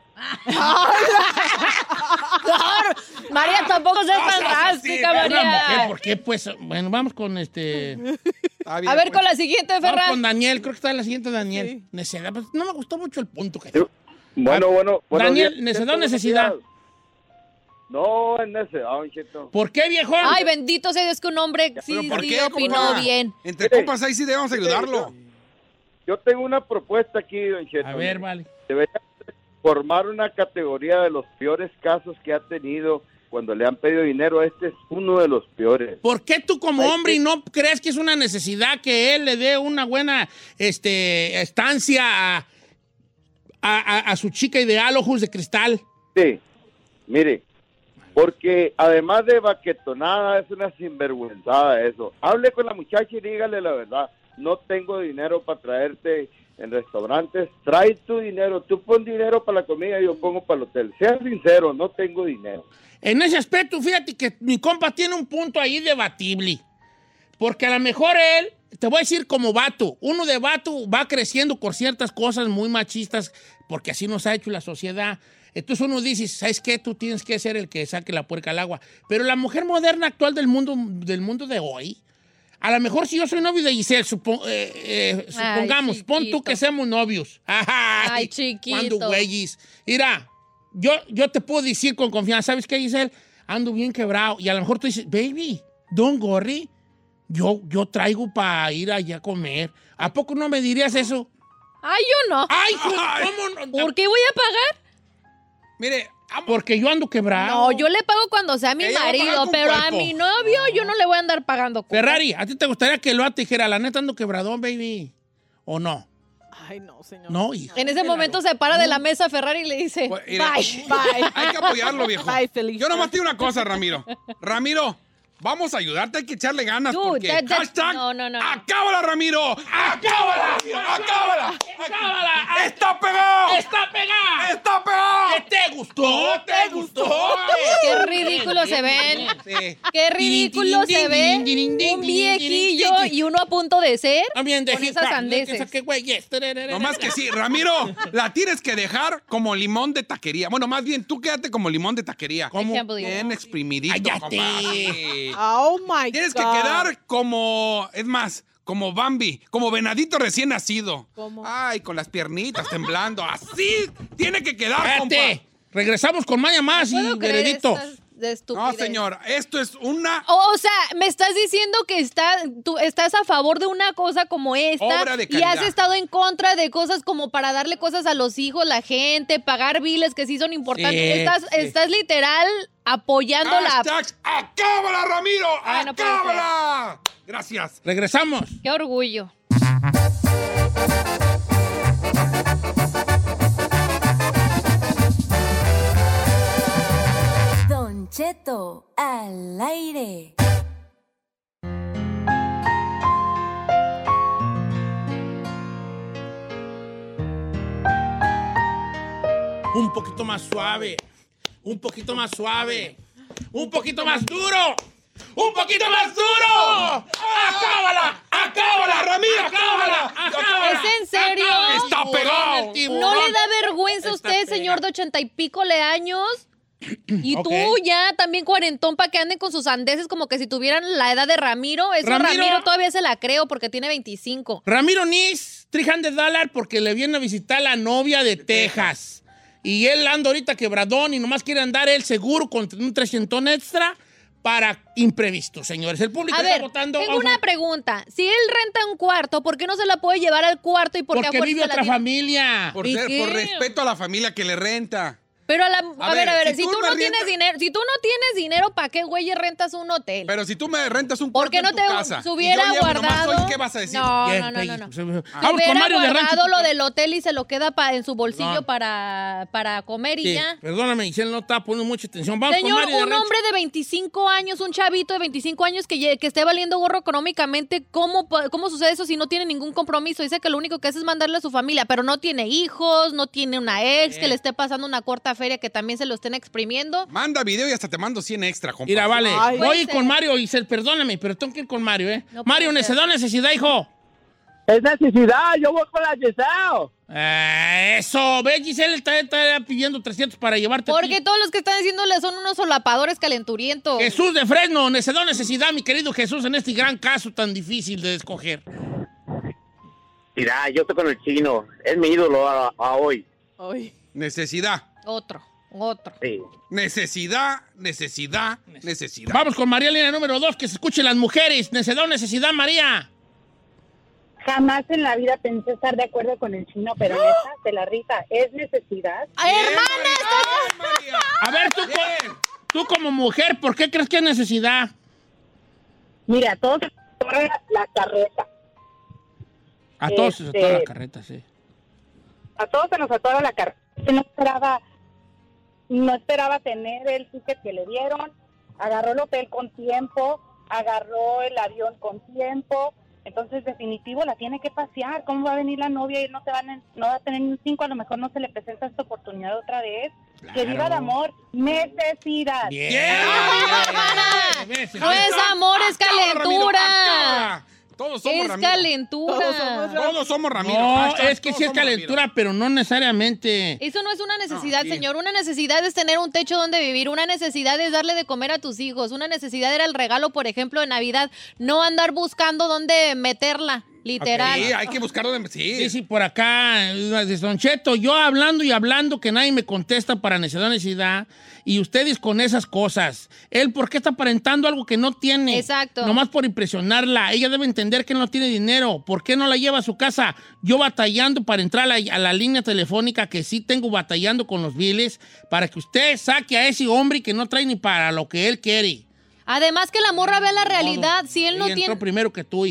María, tampoco seas tan drástica, Una mujer, María. ¿por qué? Pues, bueno, vamos con este... A ver, con la siguiente, Vamos Ferran. con Daniel, creo que está la siguiente, Daniel. Necesidad, pues, no me gustó mucho el punto que dio. Bueno, bueno, buenos Daniel, días. ¿necesidad o necesidad? No, es necesidad, don Cheto. ¿Por qué, viejón? Ay, bendito sea Dios que un hombre sí, ¿Pero por sí qué, opinó compa? bien. Entre compas ahí sí debemos ayudarlo. Yo tengo una propuesta aquí, don Cheto. A ver, vale. Debería formar una categoría de los peores casos que ha tenido cuando le han pedido dinero. Este es uno de los peores. ¿Por qué tú como hombre y no crees que es una necesidad que él le dé una buena este, estancia a, a, a- a su chica ideal, ojos de cristal? Sí, mire, porque además de baquetonada, es una sinvergüenzada eso. Hable con la muchacha y dígale la verdad. No tengo dinero para traerte en restaurantes. Trae tu dinero. Tú pon dinero para la comida y yo pongo para el hotel. Sea sincero, no tengo dinero. En ese aspecto, fíjate que mi compa tiene un punto ahí debatible. Porque a lo mejor él, te voy a decir como vato, uno de vato va creciendo por ciertas cosas muy machistas, porque así nos ha hecho la sociedad. Entonces uno dice, ¿sabes qué? Tú tienes que ser el que saque la puerca al agua. Pero la mujer moderna actual del mundo, del mundo de hoy, a lo mejor si yo soy novio de Giselle, supo- eh, eh, supongamos, Ay, pon tú chiquito. que seamos novios. Ay, Ay, chiquito. Cuando güeyes. Mira, yo, yo te puedo decir con confianza, ¿sabes qué, Giselle? Ando bien quebrado. Y a lo mejor tú dices, baby, don't worry. Yo, yo traigo para ir allá a comer. ¿A poco no me dirías eso? Ay, yo no. Ay, ¿cómo no? ¿Por qué voy a pagar? Mire, porque yo ando quebrado. No, yo le pago cuando sea mi Ella va a pagar marido, con pero a cuerpo. mi novio yo no le voy a andar pagando. cupo. Ferrari, ¿a ti te gustaría que lo dijera, la neta ando quebradón, baby? ¿O no? Ay, no, señor. No, hija. En ese momento se para de la mesa Ferrari y le dice, Pues, mira, bye, bye. Hay que apoyarlo, viejo. Bye, feliz. Yo nomás te digo una cosa, Ramiro. Ramiro, vamos a ayudarte, hay que echarle ganas Dude, porque that- that- hashtag no, no, no. ¡acábala, Ramiro! ¡Acábala! ¡Acábala! ¡Acábala! ¡Está pegado! ¡Está pegada! ¡Está pegado! ¿Qué te gustó? ¿Te gustó? Qué ridículo se ven. Sí. Qué ridículo se ve un viejillo y uno a punto de ser También de con hip esas hop, sandeces. ¿qué güey es? No más que sí, Ramiro, la tienes que dejar como limón de taquería. Bueno, más bien, tú quédate como limón de taquería. ¿Cómo? Bien exprimidito, Cállate. compadre. Oh, my Tienes God. que quedar como, es más, como Bambi, como venadito recién nacido. ¿Cómo? Ay, con las piernitas temblando. Así tiene que quedar, Cállate. compa. Regresamos con Maya más y puedo creer Veredicto. estas de No, estupidez. señor, esto es una O, o sea, me estás diciendo que está, tú estás a favor de una cosa como esta Obra de y caridad. has estado en contra de cosas como para darle cosas a los hijos, la gente, pagar biles que sí son importantes. Sí, estás, sí. estás literal apoyando la... hashtag ¡acábala, Ramiro! Ay, no puede ¡Acábala! Gracias. Regresamos. ¡Qué orgullo! Don Cheto al aire. Un poquito más suave. Un poquito más suave. Un poquito más duro. ¡Un poquito más duro! ¡Acábala! ¡Acábala, Ramiro! ¡Acábala! ¡Acábala! ¿Es en serio? ¡Está pegado! ¿No le da vergüenza a usted, señor de ochenta y pico de años? Y Ok. tú ya también cuarentón para que anden con sus andeses como que si tuvieran la edad de Ramiro. Eso Ramiro- Ramiro, todavía se la creo porque tiene veinticinco. Ramiro Nis, trescientos dólares porque le viene a visitar la novia de Texas. Y él anda ahorita quebradón y nomás quiere andar él seguro con un trescientos extra para imprevistos, señores. El público A está ver, votando. tengo Vamos a- una pregunta. Si él renta un cuarto, ¿por qué no se la puede llevar al cuarto y por qué a Porque fuerza vive se la otra tiene? familia. Por, ¿Y ser- qué? por respeto a la familia que le renta. Pero a, la, a, A ver, ver, a ver, si si tú tú me no tienes rentas- dinero, si tú no tienes dinero, ¿para qué güey rentas un hotel? Pero si tú me rentas un ¿Por cuarto qué no en tu te casa se hubiera y yo llego nomás, guardado? oye, ¿qué vas a decir? No, Yes, no, no, no, no. Peggy. Se Vamos hubiera con Mario de Rancho. guardado lo del hotel y se lo queda pa- en su bolsillo Perdón. para, para comer y Sí, ya. perdóname, Giselle, no estaba poniendo mucha atención. Vamos con Señor, Mario de un Rancho. hombre de veinticinco años, un chavito de veinticinco años que, lle- que esté valiendo gorro económicamente, ¿cómo, po- ¿cómo sucede eso si no tiene ningún compromiso? Dice que lo único que hace es mandarle a su familia, pero no tiene hijos, no tiene una ex, que le esté pasando una corta feria que también se lo estén exprimiendo. Manda video y hasta te mando cien extra, compa. Mira, vale. Ay. Voy a ir Puede con ser. Mario, Giselle, perdóname, pero tengo que ir con Mario, ¿eh? No Mario, puede ser. necesidad, necesidad, hijo. Es necesidad, yo voy con la Giselle. Eh, eso, ve, Giselle está, está pidiendo trescientos para llevarte a ti. Porque todos los que están diciéndole son unos solapadores calenturientos. Jesús de Fresno, necesidad, necesidad, mi querido Jesús, en este gran caso tan difícil de escoger. Mira, yo estoy con el chino. Es mi ídolo a, a hoy. Ay. Necesidad. Otro, otro. Sí. Necesidad, necesidad, necesidad. Vamos con María Lina número dos, que se escuchen las mujeres. Necesidad, necesidad, María. Jamás en la vida pensé estar de acuerdo con el chino, pero en esta de la risa es necesidad. ¡Ay, hermana! María. A ver, tú, co- tú como mujer, ¿por qué crees que es necesidad? Mira, todos se atora la carreta. A todos se Este- atora la carreta, sí. A todos se nos atora la carreta. No esperaba, no esperaba tener el ticket que le dieron. Agarró el hotel con tiempo, agarró el avión con tiempo. Entonces, definitivo, la tiene que pasear. ¿Cómo va a venir la novia y no, se van en- no va a tener ni un cinco? A lo mejor no se le presenta esta oportunidad otra vez. Que viva el amor. Necesidad. Bien. hermana! Ves, No es amor, es Acaba, Ramiro, calentura. acaba. Todos somos Es Ramiro. calentura. Todos somos Todos somos Ramiro. No, Hashtag, es que todos sí es somos Ramiro. calentura, pero no necesariamente. Eso no es una necesidad, No, sí. señor. Una necesidad es tener un techo donde vivir. Una necesidad es darle de comer a tus hijos. Una necesidad era el regalo, por ejemplo, de Navidad. No andar buscando dónde meterla, literal. Sí, hay que buscar donde... Sí. Sí, sí, por acá, desde Don Cheto, yo hablando y hablando que nadie me contesta para necesidad, necesidad, y ustedes con esas cosas. Él, ¿por qué está aparentando algo que no tiene? Exacto. Nomás por impresionarla. Ella debe entender que no tiene dinero. ¿Por qué no la lleva a su casa? Yo batallando para entrar a la, a la línea telefónica, que sí tengo batallando con los biles, para que usted saque a ese hombre que no trae ni para lo que él quiere. Además que la morra vea la realidad. Si él no Ella entró tiene... primero que tú, hija.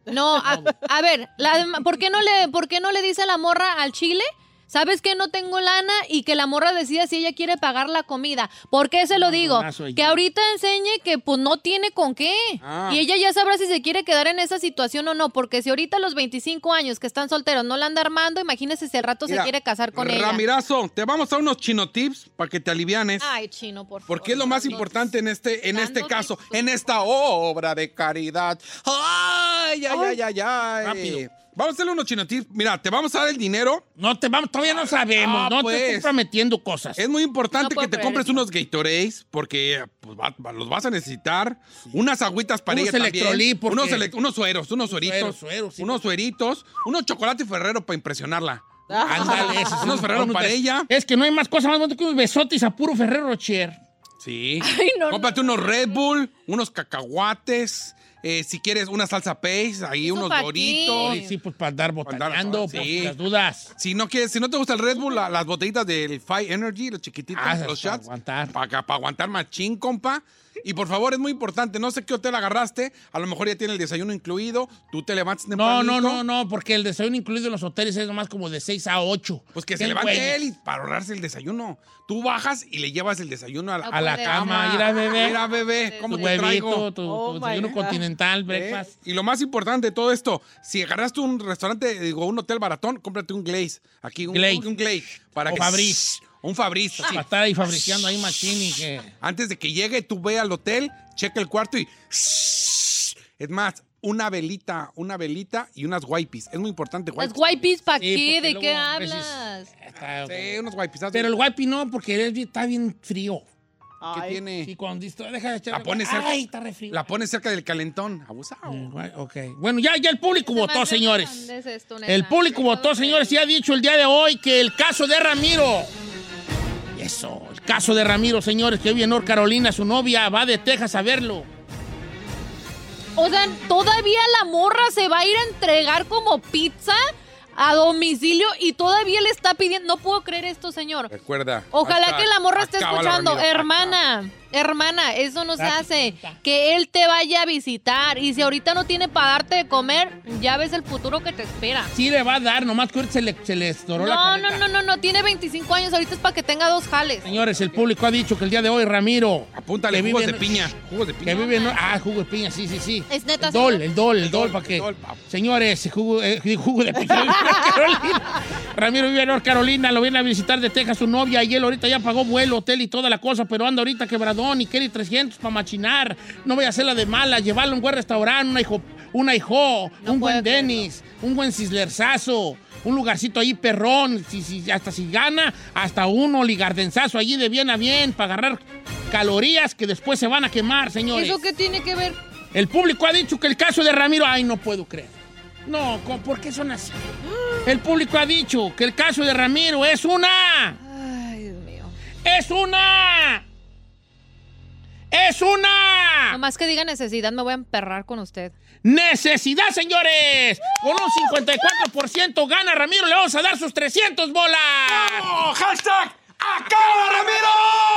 No, a, a ver, la, ¿por qué no le, por qué no le dice la morra al chile? ¿Sabes que no tengo lana? Y que la morra decida si ella quiere pagar la comida. ¿Por qué se lo digo? Que ahorita enseñe que pues no tiene con qué. Ah. Y ella ya sabrá si se quiere quedar en esa situación o no. Porque si ahorita a los veinticinco años que están solteros no la anda armando, imagínese si al rato Mira, se quiere casar con ella. Ramirazo, te vamos a unos chino tips para que te alivianes. Ay, chino, por favor. Porque es lo más importante en este, en este caso, en esta obra de caridad. Ay, ay, ay, ay, ay. Rápido. Vamos a hacerle unos chino tips. Mira, te vamos a dar el dinero. No te vamos, todavía no sabemos. Ah, no pues. te estoy prometiendo cosas. Es muy importante No que puedo te creer compres eso. unos Gatorades porque pues, va- va- los vas a necesitar. Unas agüitas para Unos ella también. Electrolit, porque- Unos, elec- unos sueros, unos sueritos. Sueros, sueros, sí. Unos sueritos. Unos chocolate Ferrero para impresionarla. Ándale, esos son Unos Ferrero unos para bes- ella. Es que no hay más cosas más bonitas que unos besotes a puro Ferrero Rocher. Sí. Ay, no, Cómprate unos Red Bull, unos cacahuates. Eh, si quieres una salsa Pace, ahí ¿Eso unos pa' Doritos. qué? Sí, pues para andar botaneando, por las dudas. Si no quieres, si no te gusta el Red Bull, la- las botellitas del Five Energy, los chiquititos, Ah, los para shots. Aguantar. Para aguantar machín, compa. Y por favor, es muy importante, no sé qué hotel agarraste, a lo mejor ya tiene el desayuno incluido, tú te levantas No, tempranito. no, no, no, porque el desayuno incluido en los hoteles es nomás como de seis a ocho. Pues que se Qué levante güeyes. él y para ahorrarse el desayuno. Tú bajas y le llevas el desayuno a la, A la cama, ir a bebé. Ir a bebé, ¿cómo Tu te traigo? huevito, tu, tu desayuno continental, breakfast. ¿Eh? Y lo más importante de todo esto, si agarraste un restaurante, digo, un hotel baratón, cómprate un Glaze. Aquí, un Glaze. un, un Glaze. Para O que, Fabriz. Un Fabriz. Para estar ahí fabricando ahí machín y que... Antes de que llegue, tú ve al hotel, checa el cuarto y... Es más, una velita, una velita y unas wipes. Es muy importante, ¿Las wipes. wipes para Sí, qué? porque ¿De qué luego a veces- hablas? Está- Sí, unos wipes. Pero el wipe no, porque es bien- está bien frío. ¿Qué tiene? Sí, cuando disto- deja de echar... La pones cerca, Ay, está re frío. la pones cerca del calentón. Abusado. Ok. Bueno, ya, ya el público votó, señores. ¿Dónde es esto, neta? El público votó, señores, y ha dicho el día de hoy que el caso de Ramiro. Eso, el caso de Ramiro, señores, que vive en North Carolina, su novia va de Texas a verlo. O sea, todavía la morra se va a ir a entregar como pizza a domicilio y todavía le está pidiendo. No puedo creer esto, señor. Recuerda. Ojalá hasta- que la morra esté acábala, escuchando. Ramiro. Hermana, hermana, eso no se Date hace. Que él te vaya a visitar. Y si ahorita no tiene para darte de comer, ya ves el futuro que te espera. Sí le va a dar, nomás que ahorita se le, se le estoró la No, carreta. no, no, no, no. Tiene veinticinco años. Ahorita es para que tenga dos jales. Señores, el público ha dicho que el día de hoy Ramiro... Apúntale, que jugos vive de en- piña. Jugos de Que piña. vive en... Ah, jugo de piña, sí, sí, sí. Es neta, El dol, señor. el dol, el dol, dol, ¿para qué? el dol, papo. Señores, jugo, eh, jugo de piña. North Carolina. Ramiro vive en North Carolina, lo viene a visitar de Texas su novia y él ahorita ya pagó vuelo, hotel y toda la cosa, pero anda ahorita quebradón y quiere trescientos para machinar. No voy a hacerla de mala, llevarlo a un buen restaurante, una hijo, una hijo, un buen Dennis, un buen Sizzlerzazo, un lugarcito ahí perrón, si, si, hasta si gana, hasta un oligardenzazo allí de bien a bien para agarrar calorías que después se van a quemar, señores. ¿Eso qué tiene que ver? El público ha dicho que el caso de Ramiro... Ay, no puedo creer. No, ¿cómo- ¿por qué son así? El público ha dicho que el caso de Ramiro es una... Ay, Dios mío. ¡Es una! ¡Es una! Nomás que diga necesidad, me voy a emperrar con usted. ¡Necesidad, señores! Con un cincuenta y cuatro por ciento gana Ramiro, le vamos a dar sus trescientos bolas. ¡Oh, hashtag ¡Acaba, Ramiro!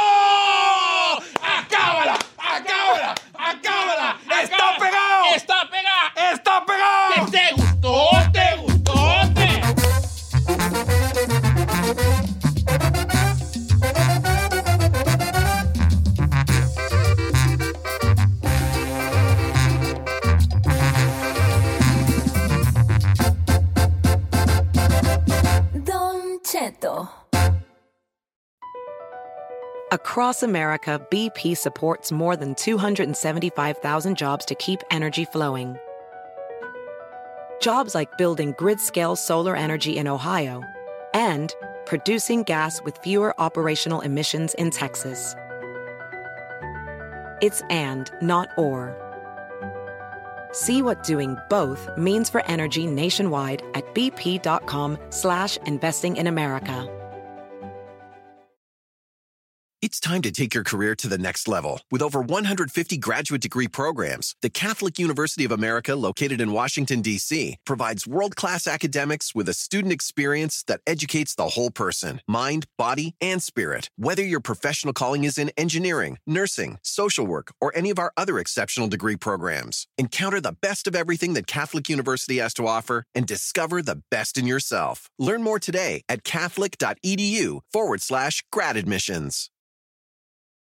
¡Acábala! ¡Acábala! ¡Acábala! ¡Está pegado! ¡Está pegado! ¡Está pegado! ¿Te gustó? ¿Te gustó? ¿Te... Don Cheto. Across America, B P supports more than two hundred seventy-five thousand jobs to keep energy flowing. Jobs like building grid-scale solar energy in Ohio and producing gas with fewer operational emissions in Texas. It's and, not or. See what doing both means for energy nationwide at bp.com slash investing in America. It's time to take your career to the next level. With over one hundred fifty graduate degree programs, the Catholic University of America, located in Washington, D C, provides world-class academics with a student experience that educates the whole person, mind, body, and spirit. Whether your professional calling is in engineering, nursing, social work, or any of our other exceptional degree programs, encounter the best of everything that Catholic University has to offer and discover the best in yourself. Learn more today at catholic.edu forward slash grad admissions.